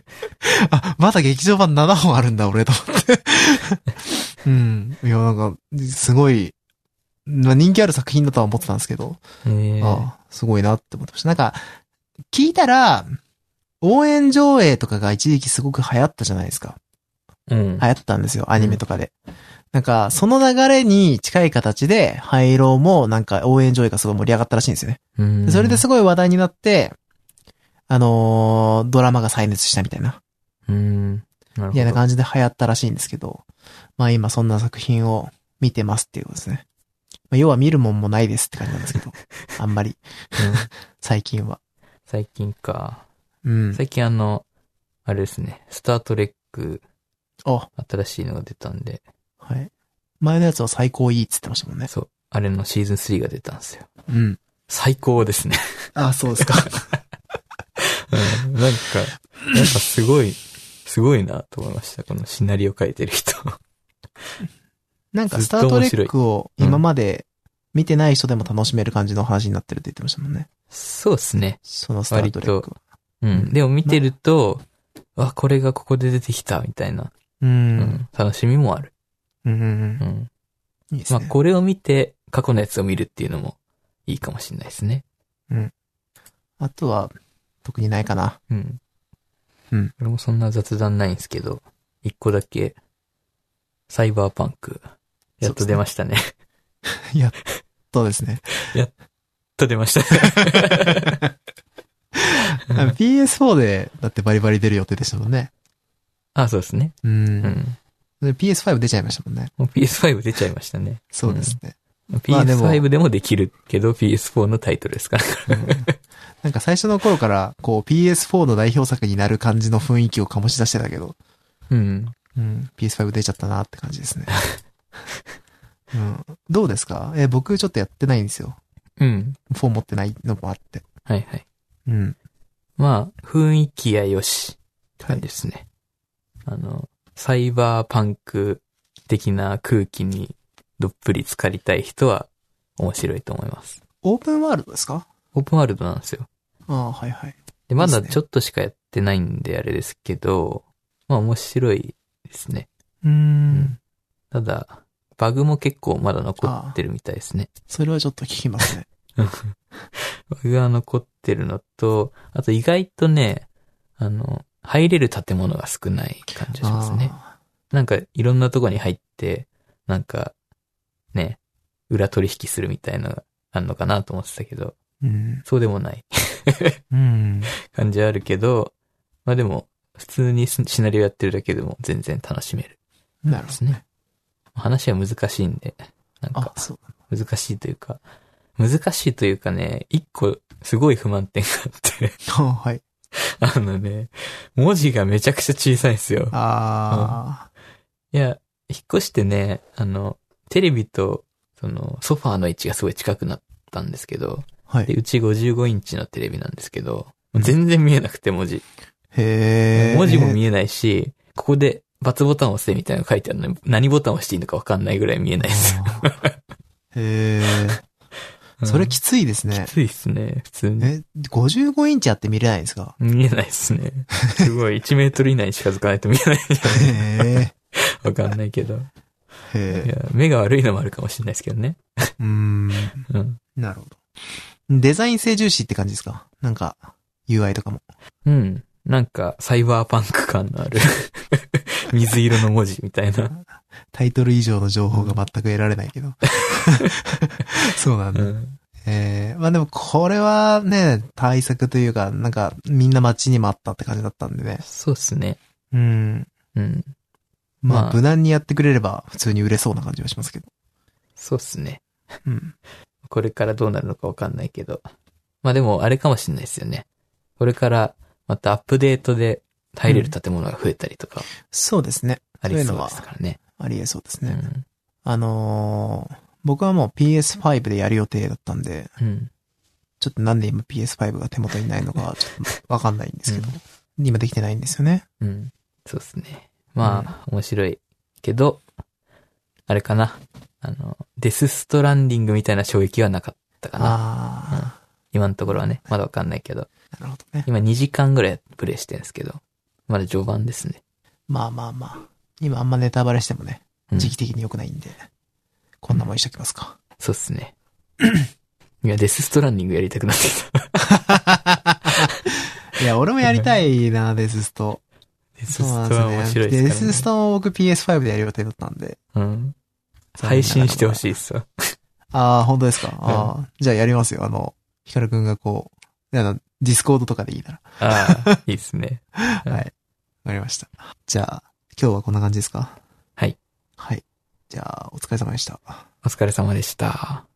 あ、まだ劇場版ななほんあるんだ、俺、と思って。うん。いや、なんか、すごい、まあ、人気ある作品だとは思ってたんですけど、ああ、すごいなって思ってました。なんか、聞いたら、応援上映とかが一時期すごく流行ったじゃないですか。 うん。 流行ったんですよ、アニメとかで。うん、なんか、その流れに近い形で、ハイローもなんか応援上映がすごい盛り上がったらしいんですよね。 うん、 それですごい話題になって、あのー、ドラマが再熱したみたいな。 うん。なるほど。 みたいな感じで流行ったらしいんですけど、まあ今そんな作品を見てますっていうことですね。まあ、要は見るもんもないですって感じなんですけど、あんまり。うん、最近は。 最近か。 うん。 最近あの、あれですね、スタートレック、 あ、 新しいのが出たんで。 はい。前のやつは最高いいっつってましたもんね。 そう。あれのシーズンスリーが出たんですよ。 うん。 最高ですね。 あ、そうですか。 うん、なんか、やっぱすごい、すごいなと思いました。このシナリオ書いてる人。 なんかスタートレックを今まで見てない人でも楽しめる感じの話になってるって言ってましたもんね。 そうですね。 そのスタートレックは。 うん。でも見てると、まあ、これがここで出てきたみたいな。 うん、 うん。楽しみもある。 うんうんうん。 うん。 いいですね。 まあこれを見て過去のやつを見るっていうのもいいかもしれないですね。 うん。あとは、特にないかな。 うん。 うん。 俺もそんな雑談ないんですけど、一個だけ、サイバーパンク、やっと出ましたね。 やっとですね。 やっと出ましたね。 ピーエスフォー で、だってバリバリ出る予定でしたもんね。 あ、そうですね。 うん。うん、ピーエスファイブ 出ちゃいましたもんね。 もう ピーエスファイブ 出ちゃいましたね。 そうですね。 うん、ピーエスファイブ でもできるけど、ピーエスフォー のタイトルですから。うん、 なんか最初の頃から、こう ピーエスフォー の代表作になる感じの雰囲気を醸し出してたけど。 うん。 うん。ピーエスファイブ 出ちゃったなって感じですね。うん。どうですか？え、僕ちょっとやってないんですよ。 うん。 フォー持ってないのもあって。 はいはい。 うん。 まあ、雰囲気やよし。感じですね。はい、あの、サイバーパンク的な空気にどっぷり浸かりたい人は面白いと思います。 オープンワールドですか？ オープンワールドなんですよ。 ああ、はいはい。 で、まだちょっとしかやってないんであれですけど、まあ面白いですね。 うーん。 ただ、バグも結構まだ残ってるみたいですね。 それはちょっと聞きますね。 バグが残ってるのと、あと意外とね、あの、入れる建物が少ない感じがしますね。なんかいろんなとこに入って、なんか、ね、裏取引するみたいなのがあるのかなと思ってたけど、 うん、 そうでもないうん、 感じはあるけど、まあでも、普通にシナリオやってるだけでも全然楽しめる。 なるほどね。 話は難しいんで、なんか、難しいというか、難しいというかね、一個すごい不満点があってはい。 あのね、文字がめちゃくちゃ小さいんですよ。 ああ、 うん。いや、引っ越してね、あの、テレビと、その、ソファーの位置がすごい近くなったんですけど、 はい。 でうちごじゅうごインチのテレビなんですけど、全然見えなくて文字。 へえ。 文字も見えないし、ここで×ボタンを押せみたいなの書いてあるのに、何ボタンを押していいのかわかんないぐらい見えないです。 へえ。それきついですね。 きついですね、普通に。 え、ごじゅうごインチあって見れないんですか？ 見えないですね。すごい、いちメートル以内に近づかないと見えないんじゃない。へえ。わかんないけど。 へえ。 いや、目が悪いのもあるかもしれないですけどね。 うーん。うん。なるほど。デザイン性重視って感じですか？なんか、ユーアイ とかも。 うん。なんか、サイバーパンク感のある水色の文字みたいな。 タイトル以上の情報が全く得られないけど。そうなんだ。うん、えー、まあでもこれはね、対策というか、なんかみんな街にもあったって感じだったんでね。 そうっすね。 うん。 うん。 まあ、まあ、無難にやってくれれば普通に売れそうな感じはしますけど。 そうっすね。 うん。 これからどうなるのかわかんないけど。まあでもあれかもしれないですよね。これからまたアップデートで入れる建物が増えたりとか。うん、 そうですね。 ありそうですからね。 ありえそうですね。うん、あのー、僕はもう ピーエスファイブ でやる予定だったんで、うん、ちょっとなんで今 ピーエスファイブ が手元にないのかちょっとわかんないんですけど、うん、今できてないんですよね。 うん。そうですね。まあ、うん、面白いけど、あれかな。あの、デスストランディングみたいな衝撃はなかったかな。あ、うん、今のところはね、まだわかんないけど。 なるほどね。 今にじかんぐらいプレイしてるんですけど、まだ序盤ですね。 まあまあまあ。今あんまネタバレしてもね、時期的に良くないんで、うん、こんなもんにしときますか。 そうっすね。いや、デスストランディングやりたくなってきた。 いや、俺もやりたいな、デススト。 デスストは面白いですね。 デスストも僕 ピーエスファイブ でやる予定だったんで。 うん。配信してほしいっすわ。 ああ、本当ですか。ああ、うん、じゃあやりますよ。あの、ヒカルくんがこう、あの、ディスコードとかでいいなら。 ああ、いいっすね。 はい。わかりました。じゃあ、今日はこんな感じですか？ はい。 はい。じゃあ、お疲れ様でした。 お疲れ様でした。